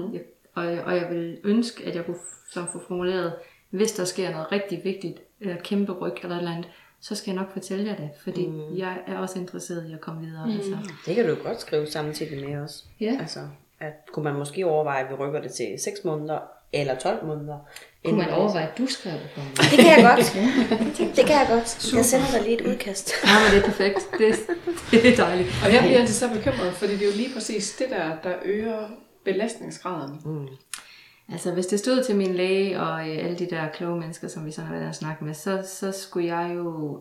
og jeg vil ønske, at jeg kunne få formuleret, hvis der sker noget rigtig vigtigt, eller kæmpe ryg eller et eller andet, så skal jeg nok fortælle jer det. Fordi jeg er også interesseret i at komme videre. Altså. Det kan du godt skrive samtidig med os. Ja. Altså, at kunne man måske overveje, at vi rykker det til 6 måneder eller 12 måneder. Kunne man overveje, at du skrev det for mig? Det kan jeg godt. Det kan jeg godt. Super. Jeg sender dig lige et udkast. Ja, men det er perfekt. Det er dejligt. Og jeg bliver altid så bekymret, fordi det er jo lige præcis det der øger belastningsgraden. Altså, hvis det stod til min læge og alle de der kloge mennesker, som vi sådan har været at snakke med, så skulle jeg jo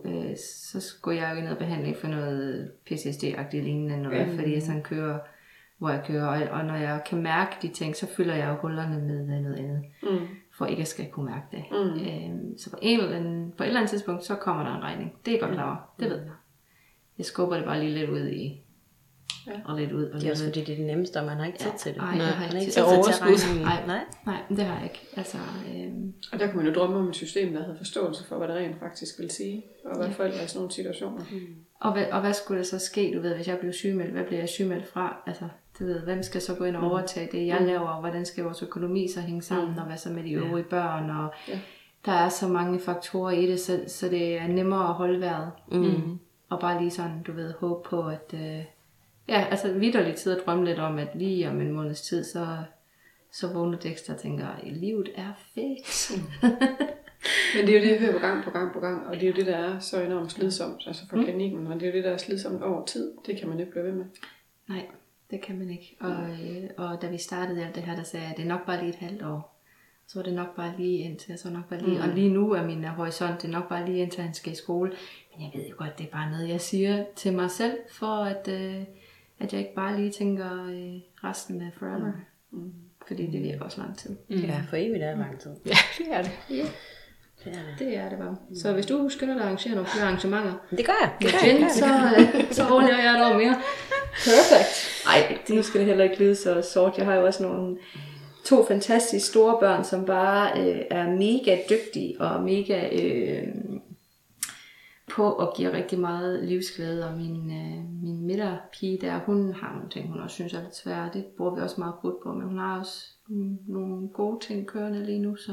i noget behandling for noget PTSD-agtigt lignende noget, fordi jeg sådan kører, hvor jeg kører, og når jeg kan mærke de ting, så fylder jeg jo hullerne med noget andet, for ikke at skal kunne mærke det. Så på et eller andet tidspunkt, så kommer der en regning. Det er godt klar, det ved jeg. Jeg skubber det bare lige lidt ud i, og lidt ud. Og det er også fordi, det er det nemmeste, og man har ikke tid til det. Nej, jeg har ikke tid til overskud. Nej, det har jeg ikke. Altså, Og der kunne man jo drømme om et system, der havde forståelse for, hvad det rent faktisk vil sige, og hvad forældre i sådan nogle situationer. Og hvad skulle der så ske, du ved, hvis jeg blev sygemeldt? Hvad bliver jeg sygemeldt fra? Altså, du ved, hvem skal så gå ind og overtage det, jeg laver, og hvordan skal vores økonomi så hænge sammen, og hvad så med de øvrige børn, og der er så mange faktorer i det, så det er nemmere at holde vejret. Og bare lige sådan, du ved, håbe på, at altså vitterligt tid at drømme lidt om, at lige om en måneds tid, så vågner Dexter og tænker, livet er fedt. Men det er jo det, jeg hører på gang, og det er jo det, der er så enormt slidsomt, altså for klinikken, men det er jo det, der er slidsomt over tid. Det kan man ikke blive ved med. Nej, det kan man ikke. Og da vi startede alt det her, der sagde jeg, det er nok bare lige et halvt år. Så var det nok bare lige indtil, så nok bare lige. Og lige nu er min horisont, det er nok bare lige indtil han skal i skole. Men jeg ved jo godt, det er bare noget, jeg siger til mig selv, for at jeg ikke bare lige tænker resten af forever. Fordi det virker også lang tid. Ja, for evigt er det lang tid. Ja, det er det. Ja. Det er det bare. Så hvis du skynder dig at arrangere nogle flere arrangementer, Det gør jeg. så overlever jeg et år mere. Perfekt. Ej, nu skal det heller ikke lyde så sort. Jeg har jo også nogle 2 fantastisk store børn, som bare er mega dygtige og mega på at give rigtig meget livsglæde. Og min midterpige der, hun har nogle ting, hun også synes er lidt svære. Det bruger vi også meget brudt på, men hun har også nogle gode ting kørende lige nu,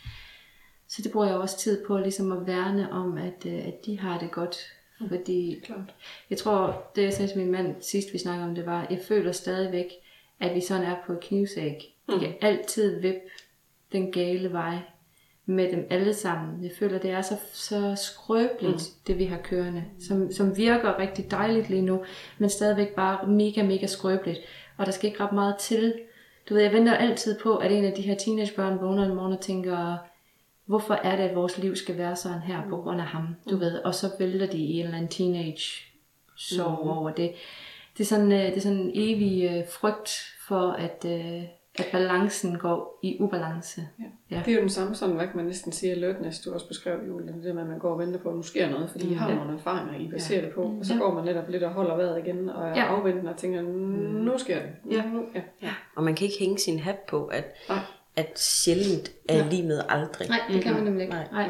så det bruger jeg også tid på, ligesom at værne om, at de har det godt. Fordi jeg tror, det jeg sagde til min mand sidst vi snakkede om, det var, jeg føler stadigvæk, at vi sådan er på et knivsæg. Vi kan altid vippe den gale vej med dem alle sammen. Jeg føler, det er så skrøbeligt, det vi har kørende, som virker rigtig dejligt lige nu, men stadigvæk bare mega, mega skrøbeligt. Og der skal ikke ret meget til. Du ved, jeg venter altid på, at en af de her teenagebørn vågner en morgen og tænker, hvorfor er det, at vores liv skal være sådan her på grund af ham, du ved. Og så vælter de i en eller anden teenage-sorg over det. Det er sådan en evig frygt for, at balancen går i ubalance. Ja. Det er jo den samme sådan, hvad man næsten siger, alertness, du også beskrev, Julie. Det med, at man går og venter på, at nu sker noget, fordi I har nogle erfaringer, I baserer det på. Og så går man netop lidt og holder vejret igen, og er afventende og tænker, nu sker det. Ja. Og man kan ikke hænge sin hat på, at sjældent er lige med aldrig. Nej, det kan man nemlig ikke. Nej.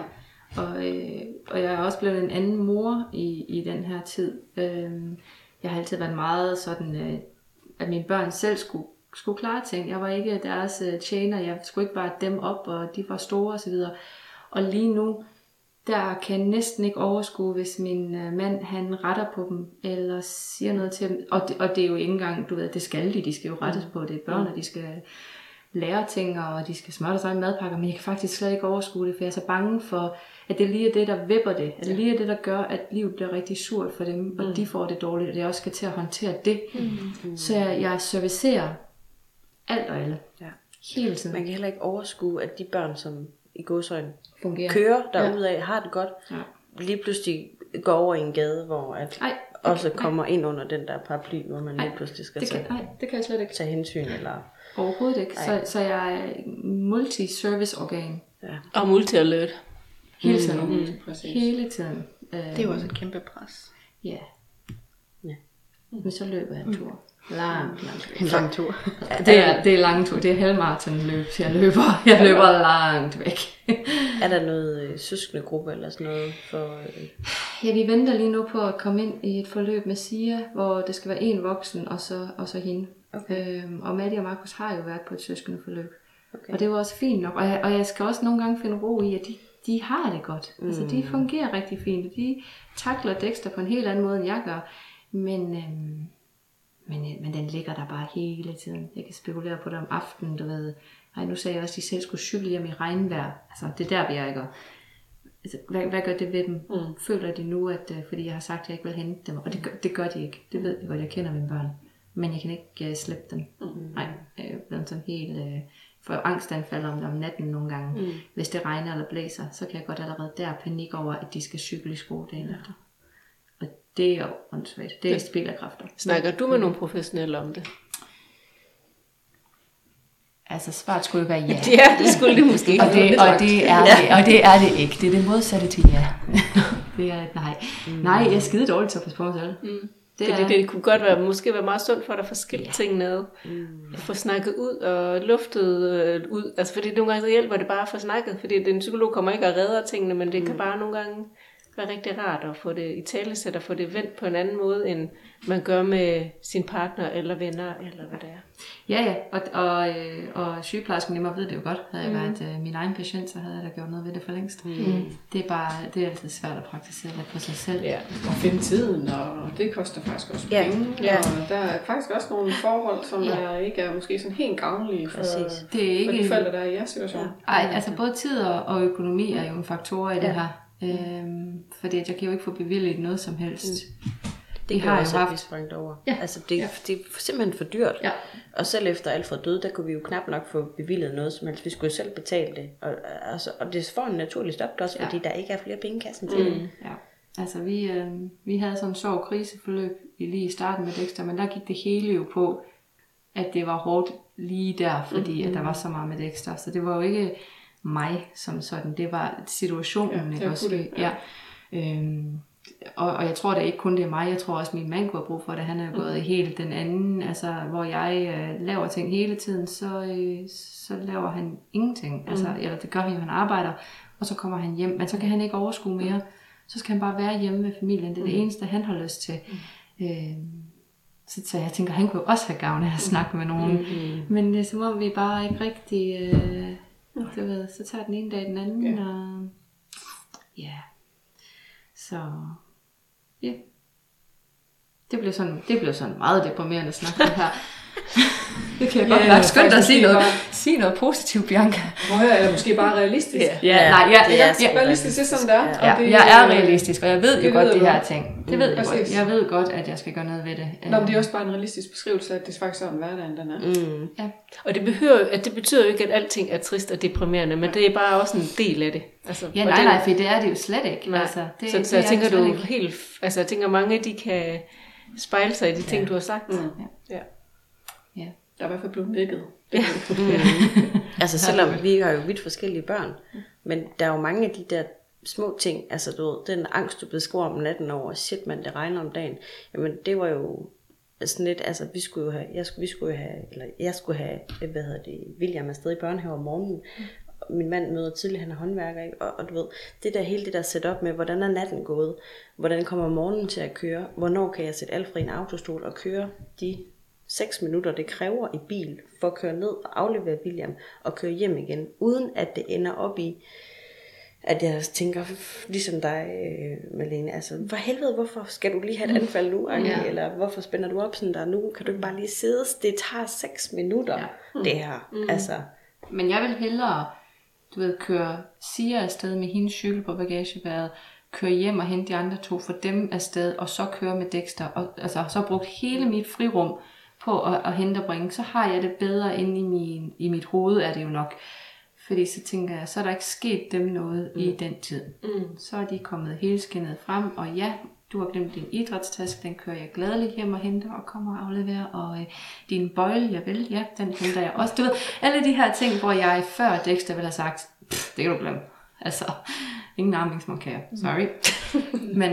Og jeg er også blevet en anden mor i den her tid. Jeg har altid været meget sådan, at mine børn selv skulle klare ting. Jeg var ikke deres tjener, jeg skulle ikke bare dem op, og de var store osv. Og lige nu, der kan jeg næsten ikke overskue, hvis min mand, han retter på dem, eller siger noget til dem. Og det er jo ikke engang, du ved, det skal de skal jo rettes på. Det er børn, og de skal lære ting, og de skal smøre sig i madpakker, men jeg kan faktisk slet ikke overskue det, for jeg er så bange for, at det lige er det, der vipper det. At det lige er det, der gør, at livet bliver rigtig surt for dem, og de får det dårligt, og jeg også skal til at håndtere det. Så jeg servicerer alt og alle. Ja. Hele tiden. Man kan heller ikke overskue, at de børn, som i godsøjne fungerer, kører derudad, har det godt, lige pludselig går over i en gade, hvor også kommer ind under den der paraply, hvor man lige pludselig skal det kan jeg slet ikke tage hensyn. Eller overhovedet ikke. Så jeg er multi-service-organ. Ja. Og multi-alert. Hele tiden. Hele tiden. Det er jo også et kæmpe pres. Ja. Men så løber jeg en tur. En lang tur. Det er lang tur. Det er halvmaratonløb. Jeg løber langt væk. Er der noget søskende gruppe eller sådan noget for? Ja, vi venter lige nu på at komme ind i et forløb med Sia, hvor det skal være en voksen og så hende. Okay. Og Maddie og Markus har jo været på et søskende forløb. Okay. Og det var også fint nok. Og jeg skal også nogle gange finde ro i, at de har det godt. Altså, de fungerer rigtig fint. De takler Dexter på en helt anden måde, end jeg gør. Men den ligger der bare hele tiden. Jeg kan spekulere på det om aftenen, du ved. Ej, nu sagde jeg også, at de selv skulle cykle hjem i regnvejr. Altså, det er der, vi er, ikke? Altså, hvad gør det ved dem? Føler de nu, at fordi jeg har sagt, at jeg ikke vil hente dem? Og det gør de ikke. Det ved jeg godt, jeg kender mine børn. Men jeg kan ikke slippe dem. Nej, jeg er blevet sådan helt... For angstanfald om natten nogle gange. Hvis det regner eller blæser, så kan jeg godt allerede der panik over, at de skal cykle i skole dagen efter. Og det er jo åndssvagt. Det er spil af kræfter. Snakker du med nogle professionelle om det? Altså svaret skulle jo være ja. Ja, det skulle det måske. Og det er det ikke. Det er det modsatte til ja. Det er et nej. Nej, jeg er skide dårligt til at passe på mig selv. Det kunne godt være, måske være meget sundt for dig at få skilt tingene ad. Få snakket ud og luftet ud. Altså fordi nogle gange så hjælper det bare at få snakket. Fordi den psykolog kommer ikke og redder tingene, men det kan bare nogle gange være rigtig rart at få det i talesæt og få det vendt på en anden måde, end man gør med sin partner eller venner, eller hvad det er. Ja, og sygeplejersken i mig ved det jo godt. Havde jeg været min egen patient, så havde jeg da gjort noget ved det for længst. Det er altid svært at praktisere det på sig selv. Ja, og finde tiden, og det koster faktisk også penge. Ja. Og der er faktisk også nogle forhold, som ikke er måske sådan helt gavnlige for, det er ikke, for de forældre, der er i jeres situation. Nej, altså både tid og økonomi er jo en faktor i det her. Fordi jeg kan jo ikke få bevilget noget som helst. Det har jeg jo haft over. Ja. Altså det er simpelthen for dyrt. Ja. Og selv efter Alfred døde, der kunne vi jo knap nok få bevilget noget som helst. Vi skulle jo selv betale det. Og det får en naturlig stop også, fordi der ikke er flere penge i kassen til det. Ja. Altså vi havde sådan en sjov kriseforløb lige i starten med Dexter, men der gik det hele jo på, at det var hårdt lige der, fordi at der var så meget med Dexter. Så det var jo ikke mig som sådan, det var situationen. Ja, også. Og jeg tror da ikke kun det er mig, jeg tror også min mand kunne have brug for det. Han er gået helt den anden, altså hvor jeg laver ting hele tiden, så laver han ingenting. Altså, eller det gør han jo, han arbejder, og så kommer han hjem, men så kan han ikke overskue mere. Så skal han bare være hjemme med familien, det er det eneste han har lyst til. Så jeg tænker, han kunne også have gavn af at snakke med nogen. Men det er som om vi bare ikke rigtig, du ved, så tager den ene dag den anden, og så ja. Det blev sådan meget deprimerende snak det her. Det kan jeg godt være skønt at sige noget positivt, Bianca. Eller måske bare realistisk. Realistisk er sådan der. Jeg er realistisk, og jeg ved jo godt de her ting. Det ved jeg godt. Jeg ved godt, at jeg skal gøre noget ved det. Men det er også bare en realistisk beskrivelse, at det faktisk sådan hverdagen den er. Ja. Og det betyder jo ikke, at alting er trist og deprimerende, men det er bare også en del af det. Altså, nej, for det er det jo slet ikke. Altså, så jeg tænker du helt, altså jeg tænker mange, de kan spejle sig i de ting, du har sagt. Ja. Der er i hvert fald blevet nikket. Altså selvom vi har jo vidt forskellige børn, men der er jo mange af de der små ting, altså du ved, den angst du beskriver om natten over, shit man, det regner om dagen, jamen det var jo sådan lidt, altså jeg skulle have, William afsted i børnehave om morgenen, min mand møder tidligt, han er håndværker, ikke? Og du ved, hele det der setup med, hvordan er natten gået, hvordan kommer morgenen til at køre, hvornår kan jeg sætte Alfred i en autostol og køre de 6 minutter, det kræver i bil, for at køre ned og aflevere William, og køre hjem igen, uden at det ender op i, at jeg tænker, ligesom dig, Malene, altså, for helvede, hvorfor skal du lige have et anfald nu, eller hvorfor spænder du op sådan der nu, kan du ikke bare lige sidde, det tager 6 minutter, det her, altså. Men jeg vil hellere, du ved, køre Sia afsted med hendes cykel på bagagebæret, køre hjem og hente de andre 2, for dem afsted, og så køre med Dexter, og altså, så brugt hele mit frirum på at hente og bringe, så har jeg det bedre inde i mit hoved, er det jo nok. Fordi så tænker jeg, så er der ikke sket dem noget i den tid. Så er de kommet helskindet frem, og ja, du har glemt din idrætstaske, den kører jeg gladeligt hjem og henter og kommer og afleverer, og din bøjle, den henter jeg også. Du ved, alle de her ting, hvor jeg før Dexter ville have sagt, det kan du glemme. Altså, ingen armningsmarkere, sorry. Men,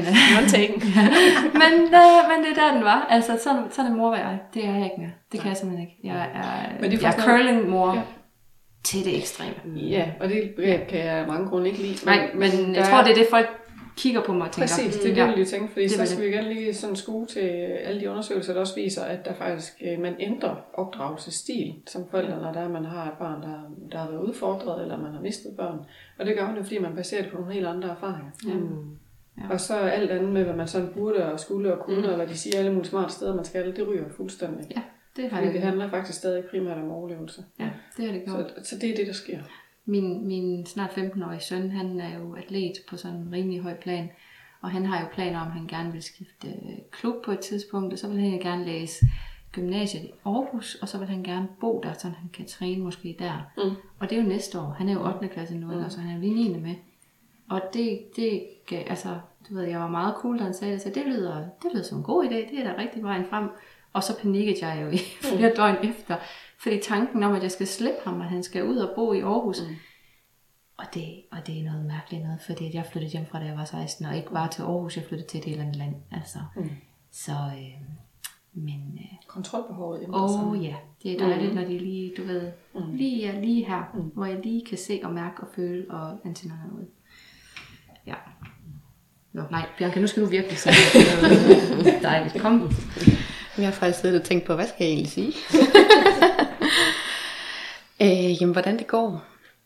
men det er der, den var. Altså, sådan en mor var jeg. Det er jeg ikke mere. Det kan jeg simpelthen ikke. Jeg er curling-mor til det ekstreme. Ja, og det kan jeg mange grunde ikke lide. Men jeg tror, det er det, folk kigger på mig og tænker. Præcis, det er det, jeg lige tænker, fordi så skal vi gerne lige sådan skue til alle de undersøgelser, der også viser, at der faktisk, man ændrer opdragelsesstil som forældre, når man har et barn, der har været udfordret, eller man har mistet børn. Og det gør man jo, fordi man baserer det på nogle helt andre erfaringer. Ja. Og så alt andet med, hvad man sådan burde og skulle og kunne, og hvad de siger alle mulige smarte steder, man skal, det ryger fuldstændig. Ja, det handler faktisk stadig primært om overlevelse. Ja, det har det gjort. Så det er det, der sker. Min snart 15-årige søn, han er jo atlet på sådan en rimelig høj plan, og han har jo planer om, at han gerne vil skifte klub på et tidspunkt, og så vil han gerne læse gymnasiet i Aarhus, og så vil han gerne bo der, så han kan træne måske der. Og det er jo næste år. Han er jo 8. klasse nu, så han er jo lige 9. med. Og det altså, du ved, jeg var meget cool, da han sagde det, så det lyder som en god idé, det er da rigtig vejen frem. Og så panikkede jeg jo i flere døgn efter, fordi tanken om, at jeg skal slippe ham, at han skal ud og bo i Aarhus, og det er noget mærkeligt noget, fordi jeg flyttede hjem fra, da jeg var 16, og ikke bare til Aarhus, jeg flyttede til et helt andet land, altså. Så, men... Kontrolbehovet. Ja, det er dejligt, når de lige, du ved, lige her, hvor jeg lige kan se og mærke og føle, og antennerne ud. Ja. Nå, nej, Bianca, nu skal du virkelig sige det. Dejligt, kom. Jeg har faktisk siddet og tænkt på, hvad skal jeg egentlig sige? Jamen, hvordan det går?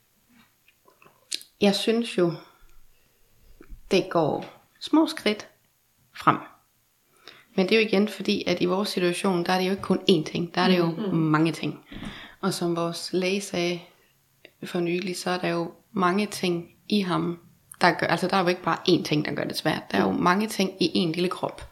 Jeg synes jo, det går små skridt frem. Men det er jo igen fordi, at i vores situation, der er det jo ikke kun én ting. Der er det jo mange ting. Og som vores læge sagde for nylig, så er der jo mange ting i ham, der gør, altså der er jo ikke bare én ting, der gør det svært. Der er jo mange ting i en lille krop.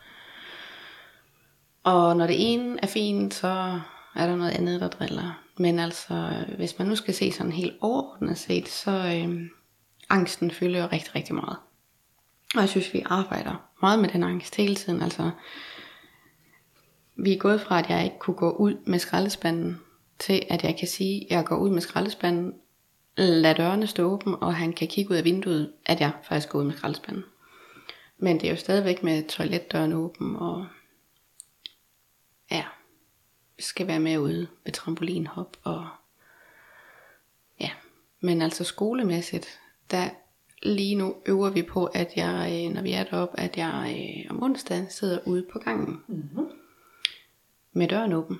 Og når det ene er fint, så er der noget andet, der driller. Men altså, hvis man nu skal se sådan helt overordnet set, så angsten fylder jo rigtig, rigtig meget. Og jeg synes, vi arbejder meget med den angst hele tiden. Altså, vi er gået fra, at jeg ikke kunne gå ud med skraldespanden, til at jeg kan sige, at jeg går ud med skraldespanden, lad dørene stå åben, og han kan kigge ud af vinduet, at jeg faktisk går ud med skraldespanden. Men det er jo stadigvæk med toiletdøren åben, og ja, skal være med ude ved trampolinhop, og ja, men altså skolemæssigt, der lige nu øver vi på, at jeg, når vi er deroppe, at jeg om onsdagen sidder ude på gangen, med døren åben.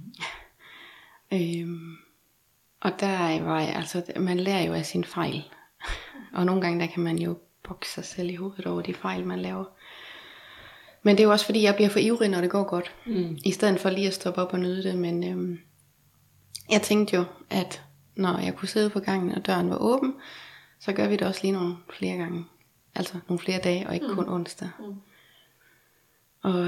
Og der var jeg, altså, man lærer jo af sin fejl, og nogle gange der kan man jo bokse sig selv i hovedet over de fejl, man laver. Men det er jo også fordi, jeg bliver for ivrig, når det går godt. I stedet for lige at stoppe op og nyde det. Men jeg tænkte jo, at når jeg kunne sidde på gangen, og døren var åben, så gør vi det også lige nogle flere gange. Altså nogle flere dage, og ikke kun onsdag. Og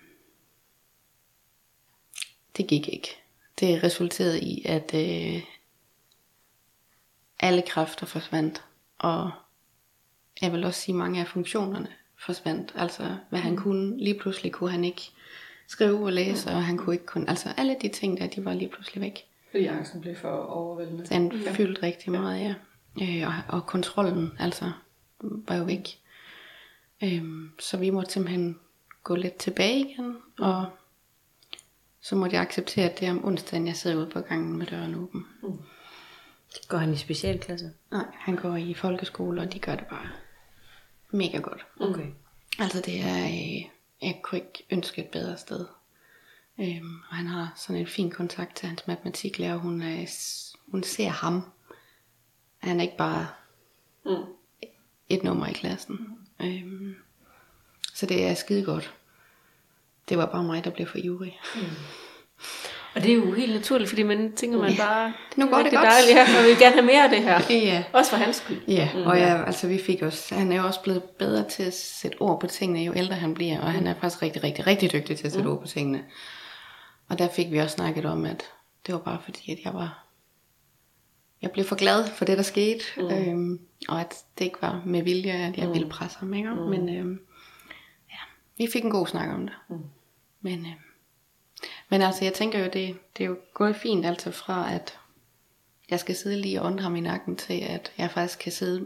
det gik ikke. Det resulterede i, at alle kræfter forsvandt. Og jeg vil også sige, mange af funktionerne forsvandt. Altså hvad han kunne, lige pludselig kunne han ikke skrive og læse, og han kunne ikke kun, altså alle de ting der, de var lige pludselig væk. Fordi angsten blev for overvældende. Den fyldte rigtig meget, ja. Og kontrollen, altså, var jo væk. Så vi måtte simpelthen gå lidt tilbage igen, og så måtte jeg acceptere, at det er om onsdagen, jeg sidder ude på gangen med døren åben. Går han i specialklasse? Nej, han går i folkeskole, og de gør det bare mega godt. Okay. Altså det er, jeg kunne ikke ønske et bedre sted. Og han har sådan en fin kontakt til hans matematiklærer. Hun ser ham. Han er ikke bare et nummer i klassen. Så det er skide godt. Det var bare mig, der blev for ivrig. Og det er jo helt naturligt, fordi man tænker, man bare, nu går det godt. Dejligt her, og vi vil gerne have mere af det her. Ja. Også for hans skyld. Ja, og altså vi fik også, han er jo også blevet bedre til at sætte ord på tingene, jo ældre han bliver, og han er faktisk rigtig, rigtig, rigtig dygtig til at sætte ord på tingene. Og der fik vi også snakket om, at det var bare fordi, at jeg blev for glad for det, der skete, og at det ikke var med vilje, at jeg ville presse ham, ikke? Men ja, vi fik en god snak om det. Men altså, jeg tænker jo, det er jo gået fint, altså fra at jeg skal sidde lige og ånde ham i nakken, til at jeg faktisk kan sidde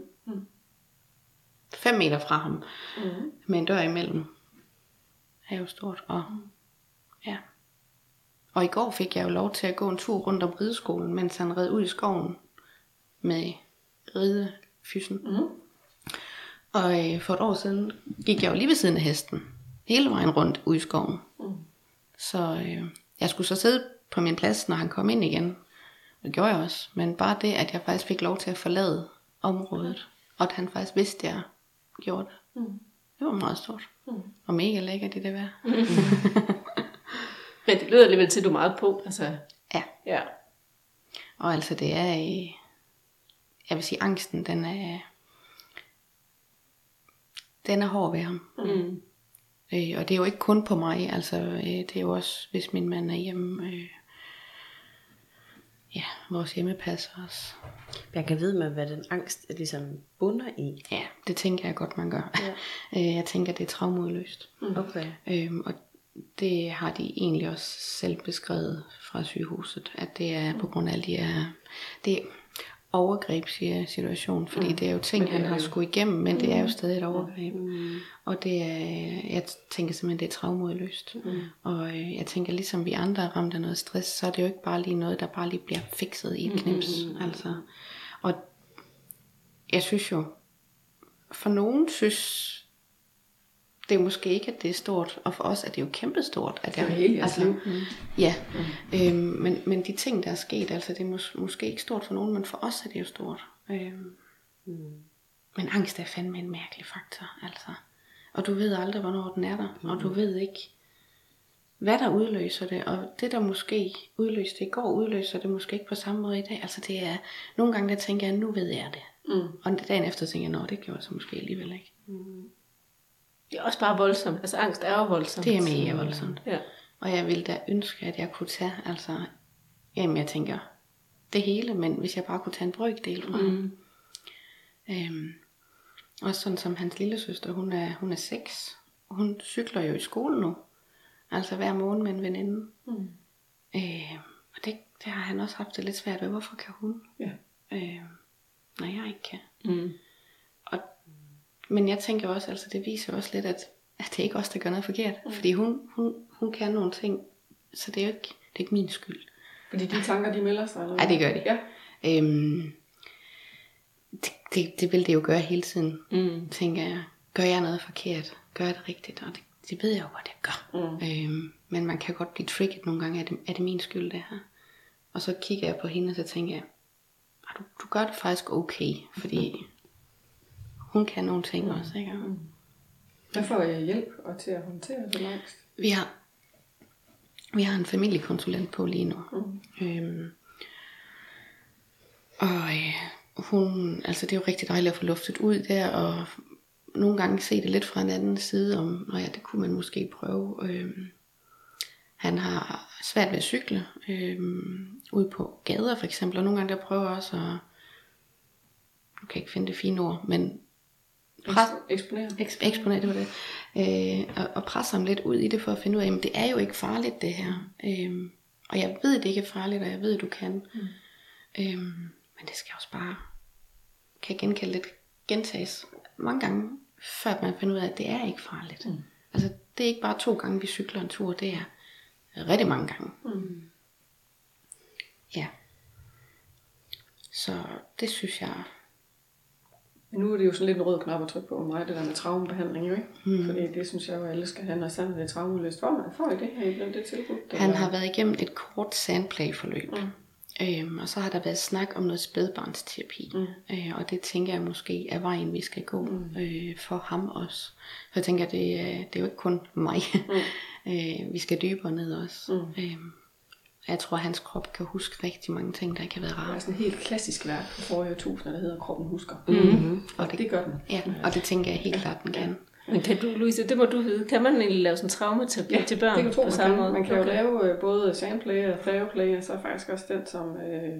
5 meter fra ham, med en dør imellem. Det er jo stort, og ja. Og i går fik jeg jo lov til at gå en tur rundt om rideskolen, mens han red ud i skoven med ridefysen. Og for et år siden gik jeg jo lige ved siden af hesten, hele vejen rundt ud i skoven. Så jeg skulle så sidde på min plads, når han kom ind igen. Det gjorde jeg også. Men bare det, at jeg faktisk fik lov til at forlade området, og at han faktisk vidste, at jeg gjorde det. Det var meget stort. Og mega lækkert i det vejr. Men det lyder alligevel til, at du er meget på. Altså. Ja. Og altså det er, jeg vil sige, angsten, den er hård ved ham. Og det er jo ikke kun på mig, altså det er jo også, hvis min mand er hjemme, vores hjemmepasser også. Jeg kan vide med, hvad den angst ligesom bunder i. Ja, det tænker jeg godt, man gør. Jeg tænker, det er traumeudløst. Okay. Og det har de egentlig også selv beskrevet fra sygehuset, at det er på grund af det overgrebssituation, fordi det er jo ting, han har skulle igennem, men det er jo stadig et overgreb. Og det er, jeg tænker simpelthen, det er traumeudløst. Og jeg tænker, ligesom vi andre er ramt af noget stress, så er det jo ikke bare lige noget, der bare lige bliver fikset i et knips. Altså. Og jeg synes jo, for nogen synes det er måske ikke, at det er stort, og for os er det jo kæmpestort. At det er helt jeres liv. Ja, men de ting, der er sket, altså det er måske ikke stort for nogen, men for os er det jo stort. Men angst er fandme en mærkelig faktor, altså. Og du ved aldrig, hvornår den er der, og du ved ikke, hvad der udløser det, og det der måske udløste i går, udløser det måske ikke på samme måde i dag. Altså det er, nogle gange der tænker jeg, nu ved jeg det. Og dagen efter tænker jeg, nå, det gjorde jeg så måske alligevel ikke. Det er også bare voldsomt. Altså angst er jo voldsomt. Det er mega voldsomt. Ja. Og jeg ville da ønske, at jeg kunne tage, altså, jamen jeg tænker, det hele, men hvis jeg bare kunne tage en brøkdel fra ham. Også sådan som hans lille søster, hun er 6. Hun cykler jo i skole nu. Altså hver morgen med en veninde. Og det har han også haft det lidt svært ved. Hvorfor kan hun? Ja. Når jeg ikke kan. Men jeg tænker også, altså det viser også lidt, at det er ikke os, der gør noget forkert. Fordi hun kan nogle ting, så det er jo ikke min skyld. Fordi de tanker, de melder sig? Eller? Ja, det gør de. Ja. Det vil det jo gøre hele tiden, tænker jeg. Gør jeg noget forkert? Gør jeg det rigtigt? Og det ved jeg jo godt, jeg gør. Men man kan godt blive trigget nogle gange. Er det min skyld, det her? Og så kigger jeg på hende, og så tænker jeg, du gør det faktisk okay, fordi hun kan nogle ting også, ikke? Hvad får jeg hjælp og til at håndtere det angst? Vi har en familiekonsulent på lige nu. Hun, altså det er jo rigtig dejligt at få luftet ud der, og nogle gange se det lidt fra en anden side om, det kunne man måske prøve. Han har svært ved at cykle ud på gader for eksempel, og nogle gange der prøver også at, nu kan jeg ikke finde det fine ord, men eksponere, det var det, og presse ham lidt ud i det for at finde ud af, at det er jo ikke farligt det her, og jeg ved det ikke er farligt, og jeg ved du kan, men det skal også bare, kan genkalde lidt, gentages mange gange, før man finder ud af, at det er ikke farligt. Altså det er ikke bare 2 gange vi cykler en tur, det er rigtig mange gange. Ja. Så det synes jeg. Nu er det jo sådan lidt en rød knap at trykke på mig, det der med traumebehandling, ikke? Fordi det synes jeg jo, alle skal have, når sammen er traumeløst. Får I det her i det tilbud? Han har været igennem et kort sandplay-forløb. Og så har der været snak om noget spædbarnsterapi. Og det tænker jeg måske er vejen, vi skal gå for ham også. For jeg tænker, det er jo ikke kun mig. Vi skal dybere ned også. Jeg tror, at hans krop kan huske rigtig mange ting, der ikke har været rart. Det er sådan et helt klassisk værk på forrige tusind, der hedder Kroppen husker. Og det gør den. Ja, og det tænker jeg helt klart, den kan. Men kan du, Louise, det må du vide, kan man egentlig lave sådan en traumaterapi til børn? Det kan du tro, på samme måde? Man kan jo lave både sandplay og therapy, og så er faktisk også den som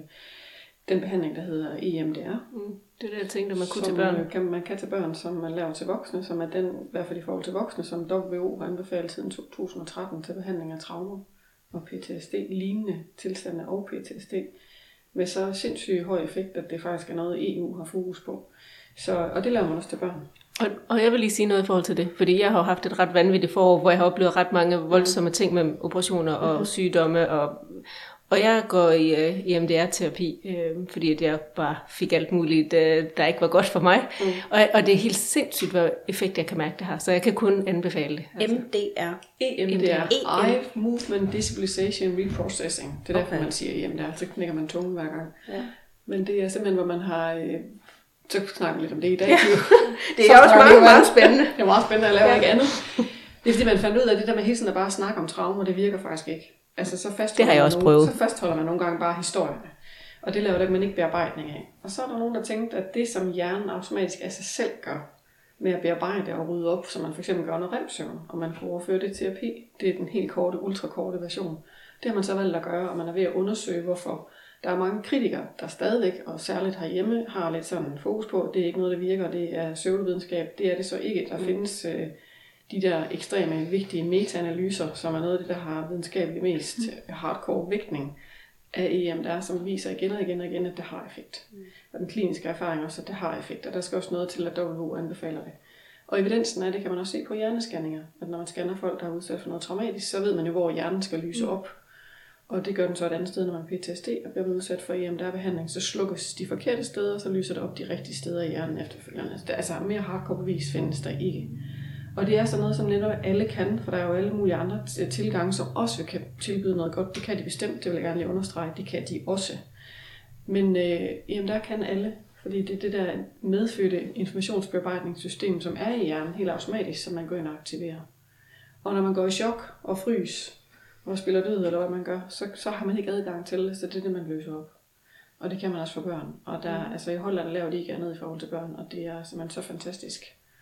den behandling, der hedder EMDR. Det er det, jeg tænkte, man kunne til børn. Man kan til børn, som man laver til voksne, som er den, i hvert fald i forhold til voksne, som WHO har anbefalet siden 2013 til behandling af traumer og PTSD, lignende tilstande og PTSD, med så sindssygt høj effekt, at det faktisk er noget, EU har fokus på. Og det laver man også til børn. Og jeg vil lige sige noget i forhold til det, fordi jeg har haft et ret vanvittigt forår, hvor jeg har oplevet ret mange voldsomme ting med operationer og sygdomme, og jeg går i EMDR-terapi, fordi at jeg bare fik alt muligt, der ikke var godt for mig. Og det er helt sindssygt, hvad effekt jeg kan mærke det har, så jeg kan kun anbefale det. Altså. MDR. EMDR. Eye Movement Disabilization Reprocessing. Det er derfor, man siger EMDR, så knækker man tungen hver gang. Ja. Men det er simpelthen, hvor man har... Så snakker vi lidt om det i dag. Det er også meget spændende. Det er meget spændende at lave ikke andet. Det er fordi, man fandt ud af, at det der med hele tiden at bare snakke om traumer, det virker faktisk ikke. Altså, så fastholder man nogle gange bare historierne. Og det laver man ikke bearbejdning af. Og så er der nogen, der tænkte, at det som hjernen automatisk af sig selv gør, med at bearbejde og rydde op, så man for eksempel gør noget REM-søvn, og man kan overføre det til terapi, det er den helt korte, ultrakorte version. Det har man så valgt at gøre, og man er ved at undersøge, hvorfor. Der er mange kritikere, der stadigvæk, og særligt herhjemme, har lidt sådan fokus på, at det er ikke noget, der virker, det er pseudovidenskab. Det er det så ikke. Der findes de der ekstreme vigtige metaanalyser, som er noget af det, der har videnskabeligt mest hardcore vægtning af EMDR, som viser igen og igen og igen, at det har effekt. Og den kliniske erfaring også, at det har effekt, og der skal også noget til, at WHO anbefaler det. Og evidensen af det kan man også se på hjernescanninger, at når man scanner folk, der er udsat for noget traumatisk, så ved man jo, hvor hjernen skal lyse op. Og det gør den så et andet sted, når man har PTSD og bliver udsat for EMDR-behandling, så slukkes de forkerte steder, så lyser det op de rigtige steder i hjernen efterfølgende. Altså mere hardcore bevis findes der ikke. Og det er sådan noget, som netop alle kan, for der er jo alle mulige andre tilgange, som også kan tilbyde noget godt. Det kan de bestemt, det vil jeg gerne lige understrege, det kan de også. Men jamen, der kan alle, fordi det er det der medfødte informationsbearbejdningssystem, som er i hjernen helt automatisk, som man går ind og aktiverer. Og når man går i chok og frys og spiller død, eller hvad man gør, så har man ikke adgang til det, så det er det, man løser op. Og det kan man også for børn. Og der, altså i Holland laver de ikke andet i forhold til børn, og det er simpelthen så fantastisk.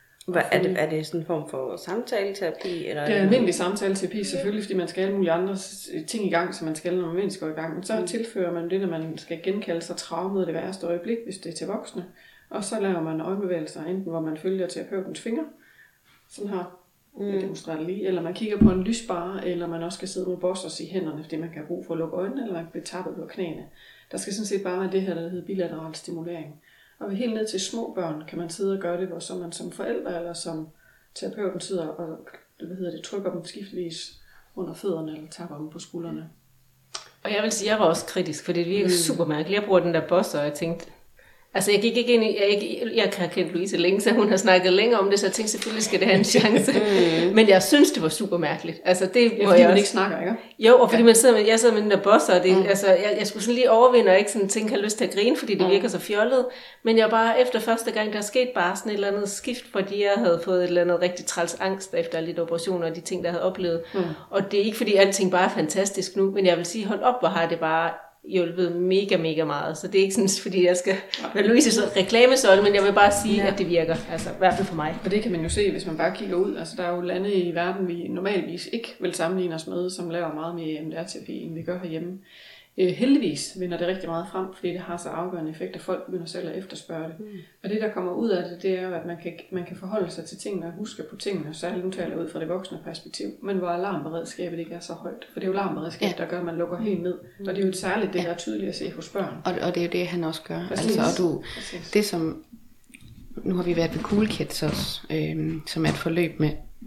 Er det sådan en form for samtaleterapi? Eller? Det er almindelig samtaleterapi, selvfølgelig, fordi man skal have alle mulige andre ting i gang, som man skal, når man mindst går i gang. Men så tilfører man det, når man skal genkalde sig traumet det værste øjeblik, hvis det er til voksne. Og så laver man øjenbevægelser, enten hvor man følger terapeutens fingre, sådan her, jeg demonstrerer det lige, eller man kigger på en lysbare, eller man også skal sidde med bossers i hænderne, fordi man kan have brug for at lukke øjnene, eller man kan blive tappet på knæene. Der skal sådan set bare være det her, der hedder bilateral stimulering. Og helt ned til små børn kan man sidde og gøre det, hvor så man som forældre eller som terapeuten sidder og trykker dem skiftevis under fødderne eller tapper dem på skuldrene. Og jeg vil sige, jeg var også kritisk, for det virker super mærkeligt. Jeg bruger den der boss, og jeg tænkte, altså jeg gik ikke ind i, jeg har kendt Louise længe, så hun har snakket længere om det, så jeg tænkte, selvfølgelig skal det have en chance. Men jeg synes, det var super mærkeligt. Altså det ja, fordi man ikke snakker, ikke? Jo, og fordi jeg sidder med den der boss, og det, altså, jeg skulle sådan lige overvinde, og ikke sådan tænke, jeg har lyst til at grine, fordi det virker så fjollet. Men jeg bare efter første gang, der skete bare sådan et eller andet skift, fordi jeg havde fået et eller andet rigtig træls angst efter lidt operationer og de ting, der jeg havde oplevet. Og det er ikke fordi alting bare er fantastisk nu, men jeg vil sige, hold op, hvor har det bare hjulpet mega, mega meget. Så det er ikke sådan, fordi jeg skal være Louise's reklamesøjle, men jeg vil bare sige, at det virker. Altså, i hvert fald for mig. Og det kan man jo se, hvis man bare kigger ud. Altså, der er jo lande i verden, vi normalvis ikke vil sammenligne os med, som laver meget mere EMDR-terapi, end vi gør herhjemme. Heldigvis vinder det rigtig meget frem, fordi det har så afgørende effekt, at folk begynder selv at efterspørge det. Og det, der kommer ud af det, det er jo, at man kan forholde sig til tingene og huske på tingene, særligt nu taler ud fra det voksne perspektiv, men hvor alarmberedskabet ikke er så højt. For det er jo alarmberedskab, der gør, at man lukker helt ned. Og det er jo særligt det, der er tydeligt at se hos børn. Og det er jo det, han også gør. Altså, og det som, nu har vi været ved Cool Kids også, som er et forløb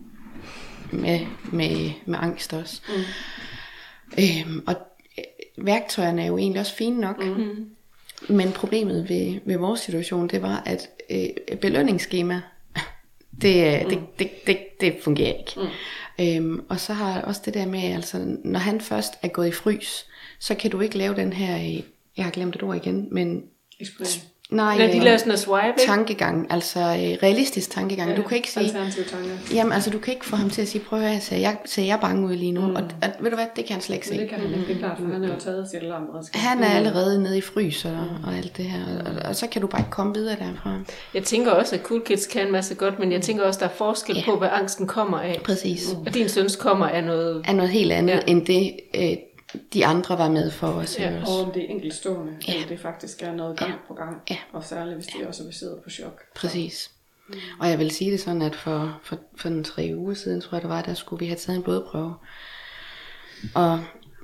med angst også. Og værktøjerne er jo egentlig også fine nok, men problemet ved vores situation, det var, at belønningsskema, det fungerer ikke. Og så har også det der med, altså, når han først er gået i frys, så kan du ikke lave den her, jeg har glemt et ord igen, men nej, de laver sådan en swipe, tankegang, altså realistisk tankegang. Du kan ikke sige, jamen altså du kan ikke få ham til at sige, prøv at ser jeg bange ud lige nu, og ved du hvad, det kan han slet ikke se. Men det kan han ikke, det er klart, for han er jo taget sit alarmberedskab. Han er allerede nede i frys og alt det her, og så kan du bare ikke komme videre derfra. Jeg tænker også, at Cool Kids kan en masse godt, men jeg tænker også, der er forskel på, hvad angsten kommer af. Præcis. Og din søns kommer af noget helt andet, end det de andre var med for os. Og om det er enkeltstående, eller det faktisk er noget gang på gang, og særligt hvis de også er baseret på chok. Præcis. Og jeg vil sige det sådan, at for 3 uger siden, tror jeg det var, der skulle vi have taget en blodprøve. Og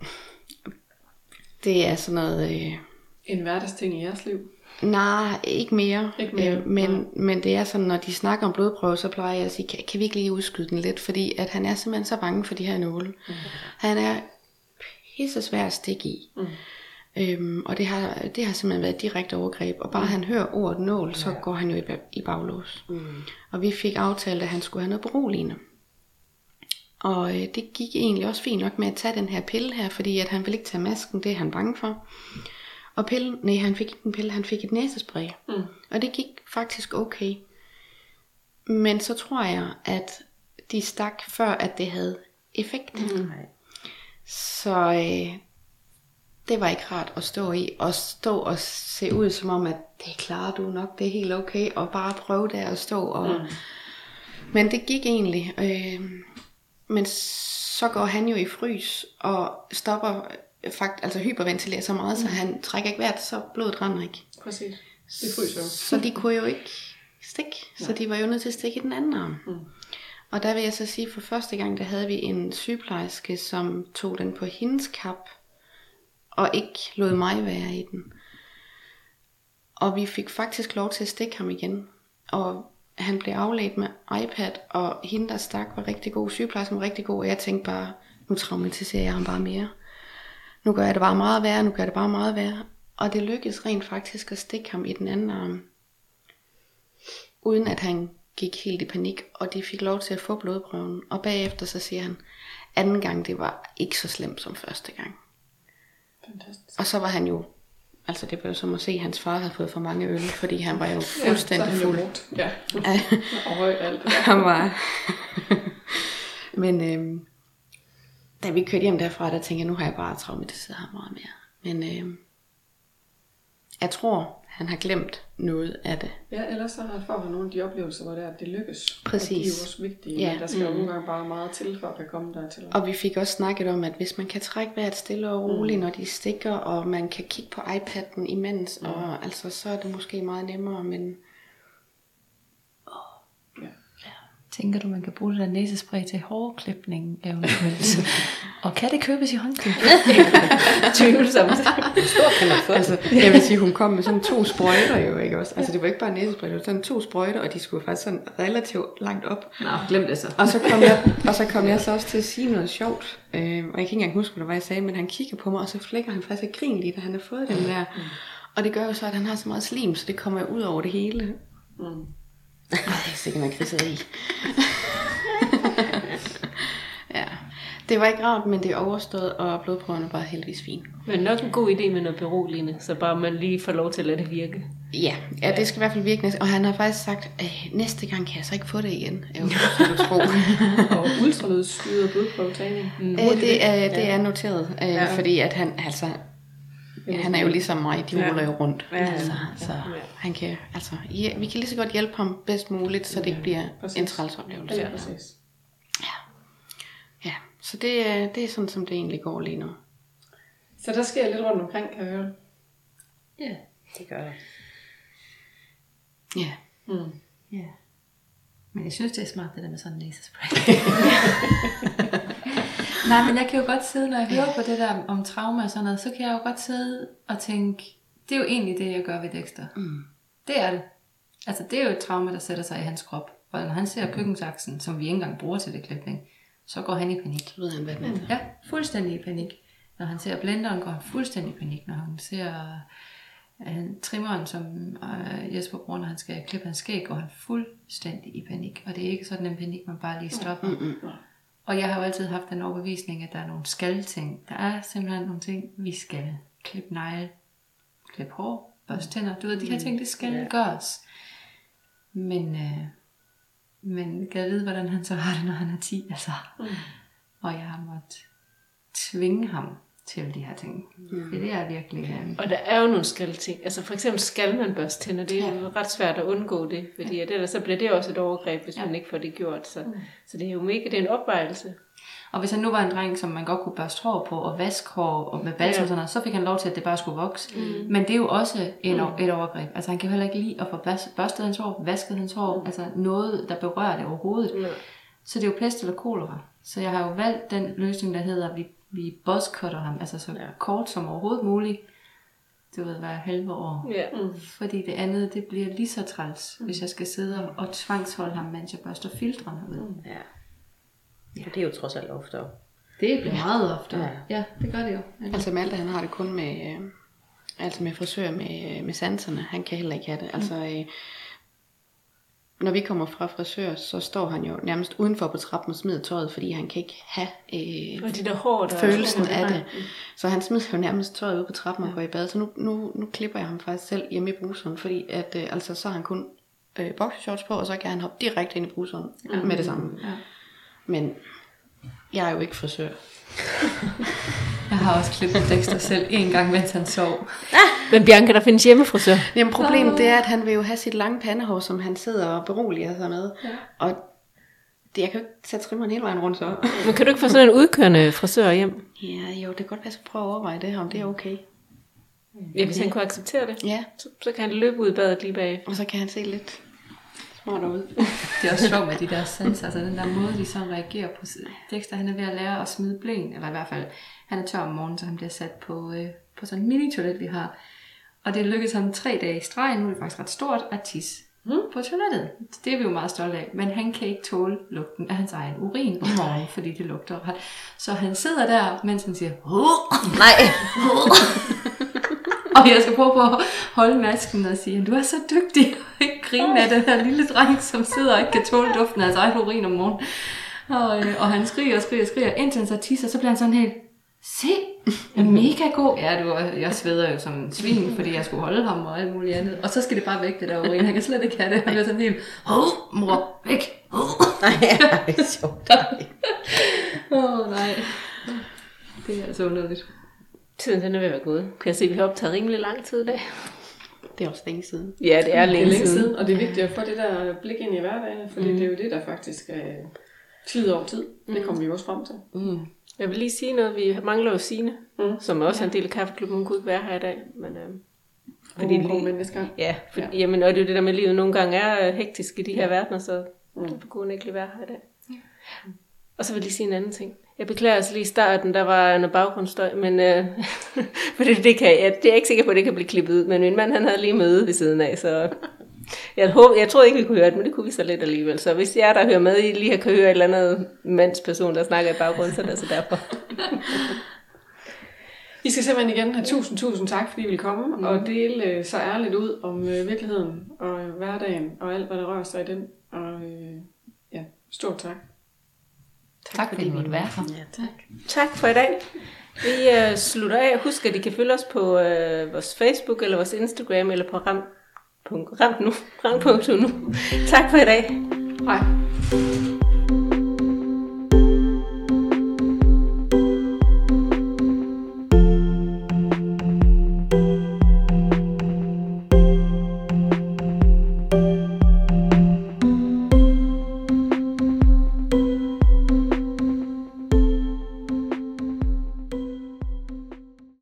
det er sådan noget... en hverdagsting i jeres liv? Nej, ikke mere. Men det er sådan, når de snakker om blodprøve, så plejer jeg at sige, kan vi ikke lige udskyde den lidt? Fordi at han er simpelthen så bange for de her nåle. Han er pisse svær at stikke i. Og det har simpelthen været et direkte overgreb. Og bare han hører ordet nål, så går han jo i baglås. Og vi fik aftalt, at han skulle have noget beroligende. Og det gik egentlig også fint nok med at tage den her pille her, fordi at han ville ikke tage masken, det er han bange for. Og pillen, nej, han fik ikke en pille, han fik et næsespray. Og det gik faktisk okay. Men så tror jeg, at de stak før, at det havde effekt. Så det var ikke rart at stå i, og stå og se ud som om, at det klarer du nok, det er helt okay, og bare prøve der at stå. Og... Men det gik egentlig. Men så går han jo i frys, og stopper, altså hyperventilerer så meget, så han trækker ikke vejret, så blodet render ikke. Præcis. Det fryser jo. Så de kunne jo ikke stikke, så de var jo nødt til at stikke i den anden arm. Og der vil jeg så sige, for første gang, der havde vi en sygeplejerske, som tog den på hendes kap, og ikke lod mig være i den. Og vi fik faktisk lov til at stikke ham igen. Og han blev afledt med iPad, og hende, der stak, var rigtig god. Sygeplejersken var rigtig god, og jeg tænkte bare, nu traumatiserer jeg ham bare mere. Nu gør jeg det bare meget værre, Og det lykkedes rent faktisk at stikke ham i den anden arm, uden at han gik helt i panik, og de fik lov til at få blodprøven. Og bagefter så siger han, anden gang det var ikke så slemt som første gang. Fantastisk. Og så var han jo, altså det var jo som at se, at hans far havde fået for mange øl, fordi han var jo fuldstændig fuld. Ja, og røg alt det der. Han var... Men da vi kørte hjem derfra, der tænkte jeg, nu har jeg bare traumatiseret ham meget mere. Men jeg tror, han har glemt noget af det. Ja, ellers så får han nogle af de oplevelser, hvor det lykkes. Præcis. Og de er jo også vigtige, Ja. men der skal jo nogle gange bare meget til, for at kan komme dertil. Og vi fik også snakket om, at hvis man kan trække vejret stille og roligt, når de stikker, og man kan kigge på iPad'en imens, og altså, så er det måske meget nemmere, men... Tænker du, man kan bruge det der næsespray til hårklipning eventuelt? Og kan det købes i håndkøb? Tvivlsomt. Stor kan man få. Altså, jeg vil sige, hun kom med sådan 2 sprøjter jo, ikke også? Altså, det var ikke bare næsespray, det var sådan 2 sprøjter, og de skulle faktisk sådan relativt langt op. Nå, glem det så. Og så kom jeg så også til at sige noget sjovt, og jeg kan ikke engang huske, hvad det var, jeg sagde, men han kigger på mig, og så flækker han faktisk et grin lige, da han har fået den der. Og det gør jo så, at han har så meget slim, så det kommer ud over det hele. Det er sikkert noget griseri. Ja, det var ikke rart, men det er overstået, og blodprøverne var heldigvis fint. Men nok en god idé med noget beroligende, så bare man lige får lov til at lade det virke. Ja, det skal i hvert fald virke næste. Og han har faktisk sagt, næste gang kan jeg så ikke få det igen. Og ultralydsstyret blodprøvetagning. Det er noteret, fordi at han, altså... Han er jo ligesom mig, de ruller jo rundt. Så han kan, altså, vi kan lige så godt hjælpe ham bedst muligt, så det ikke bliver en træls oplevelse. Ja, præcis. Ja, så det er sådan, som det egentlig går lige nu. Så der sker lidt rundt omkring, kan jeg høre. Ja, det gør der. Ja. Ja. Men jeg synes, det er smart, det der med sådan en næsespray. Nej, men jeg kan jo godt sidde, når jeg hører på det der om trauma og sådan noget, så kan jeg jo godt sidde og tænke, det er jo egentlig det, jeg gør ved Dexter. Det er det. Altså, det er jo et trauma, der sætter sig i hans krop. Og når han ser køkkensaksen, som vi ikke engang bruger til det klipning, så går han i panik. Så ved han, hvad det er. Ja, fuldstændig i panik. Når han ser blenderen, går han fuldstændig i panik. Når han ser trimmeren, som Jesper bruger, når han skal klippe hans skæg, går han fuldstændig i panik. Og det er ikke sådan en panik, man bare lige stopper. Og jeg har jo altid haft den overbevisning, at der er nogle skal-ting. Der er simpelthen nogle ting, vi skal. Klip negle, klip hår, børste tænder. Du ved, de her ting, det skal gøres. Men kan jeg vide, hvordan han så har det, når han er 10? Altså. Og jeg har måttet tvinge ham til de her ting. Det er virkelig... Og der er jo nogle skal-ting. Altså for eksempel skal man børste tænder. Det er jo ret svært at undgå det. Fordi ellers så bliver det også et overgreb, hvis man ikke får det gjort. Så det er jo mega, det er en opvejelse. Og hvis han nu var en dreng, som man godt kunne børste hår på, og vaske hår og med balsam og sådan noget, så fik han lov til, at det bare skulle vokse. Men det er jo også et overgreb. Altså han kan heller ikke lide at få børstet hans hår, vasket hans hår, altså noget, der berører det overhovedet. Så det er jo pest eller kolera. Så jeg har jo valgt den løsning, der hedder, vi buzzcutter ham, altså så kort som overhovedet muligt. Det vil være halve år. Fordi det andet, det bliver lige så træls, hvis jeg skal sidde og tvangsholde ham, mens jeg børster filtrene ud. Ja, det er jo trods alt oftere. Det bliver meget oftere. Ja, det gør det jo. Altså Malte, han har det kun med, altså med frisør med sanserne. Han kan heller ikke have det. Altså, når vi kommer fra frisør, så står han jo nærmest udenfor på trappen og smider tøjet, fordi han kan ikke have de der hår, der følelsen af det. Så han smider jo nærmest tøjet ud på trappen og går i bad. Så nu klipper jeg ham faktisk selv hjemme i bruseren, fordi at, altså, så har han kun boxershorts på, og så kan han hoppe direkte ind i bruseren med det samme. Men jeg er jo ikke frisør. Jeg har også klippet Dexter selv en gang, mens han sov. Men Bianca, der findes hjemmefrisør. Jamen problemet det er, at han vil jo have sit lange pandehår, som han sidder og beroliger sig med. Og jeg kan jo ikke sætte trimmeren hele vejen rundt så. Men kan du ikke få sådan en udkørende frisør hjem? Ja, jo, det kan godt være, at jeg prøve at overveje det, om det er okay. Ja, hvis han kunne acceptere det. Ja. Så kan han løbe ud i badet lige bag. Og så kan han se lidt smart ud. Det er også sjovt med de der sanser, altså den der måde, de sådan reagerer på. Dexter, han er ved at lære at smide blæn, eller i hvert fald, han er tør om morgenen, så han bliver sat på sådan en mini-toilet, vi har. Og det lykkedes ham 3 dage i streg, nu er det faktisk ret stort, at tisse på toilettet. Det er vi jo meget stolte af, men han kan ikke tåle lugten af hans egen urin om morgenen, fordi det lugter ret. Så han sidder der, mens han siger, nej, og jeg skal prøve på at holde masken og sige, du er så dygtig, og ikke grine af den her lille dreng, som sidder og ikke kan tåle duften af hans eget urin om morgenen. Og han skriger, indtil han så tisser, så bliver han sådan helt, se, er mega god. Ja, jeg sveder jo som en svin, fordi jeg skulle holde ham og alt muligt andet. Og så skal det bare væk, det der urin. Han kan slet ikke have det. Han bliver sådan helt, mor, væk. Nej, det er sjovt. Nej. Det er altså underligt. Tiden den er ved at være gået. Kan jeg se, at vi har optaget rimelig lang tid i dag? Det er også længe siden. Ja, det er længe siden. Og det er vigtigt at få det der blik ind i hverdagen, fordi det er jo det, der faktisk er tid over tid. Det kommer vi også frem til. Jeg vil lige sige noget. Vi mangler jo Signe, som også er en del af kaffeklubben. Hun kunne ikke være her i dag. Men, fordi hun kommer med næste gang. Ja, jamen, og det er jo det der med, livet nogle gange er hektisk i de her verdener, så derfor kunne hun ikke lige være her i dag. Og så vil jeg lige sige en anden ting. Jeg beklager altså lige i starten, der var noget baggrundsstøj, men for det er jeg ikke sikker på, at det kan blive klippet ud. Men min mand, han havde lige møde ved siden af, så jeg troede ikke, vi kunne høre det, men det kunne vi så lidt alligevel. Så hvis jer, der hører med, I lige kan høre et eller andet mandsperson, der snakker i baggrunden, så er det altså derfor. I skal simpelthen igen have tusind tak, fordi I vil komme og dele så ærligt ud om virkeligheden og hverdagen og alt, hvad der rører sig i den. Og stort tak. Tak fordi I måtte være her. Ja, tak. Tak for i dag. Vi slutter af. Husk, at I kan følge os på vores Facebook eller vores Instagram eller på ram.nu. Tak for i dag. Hej.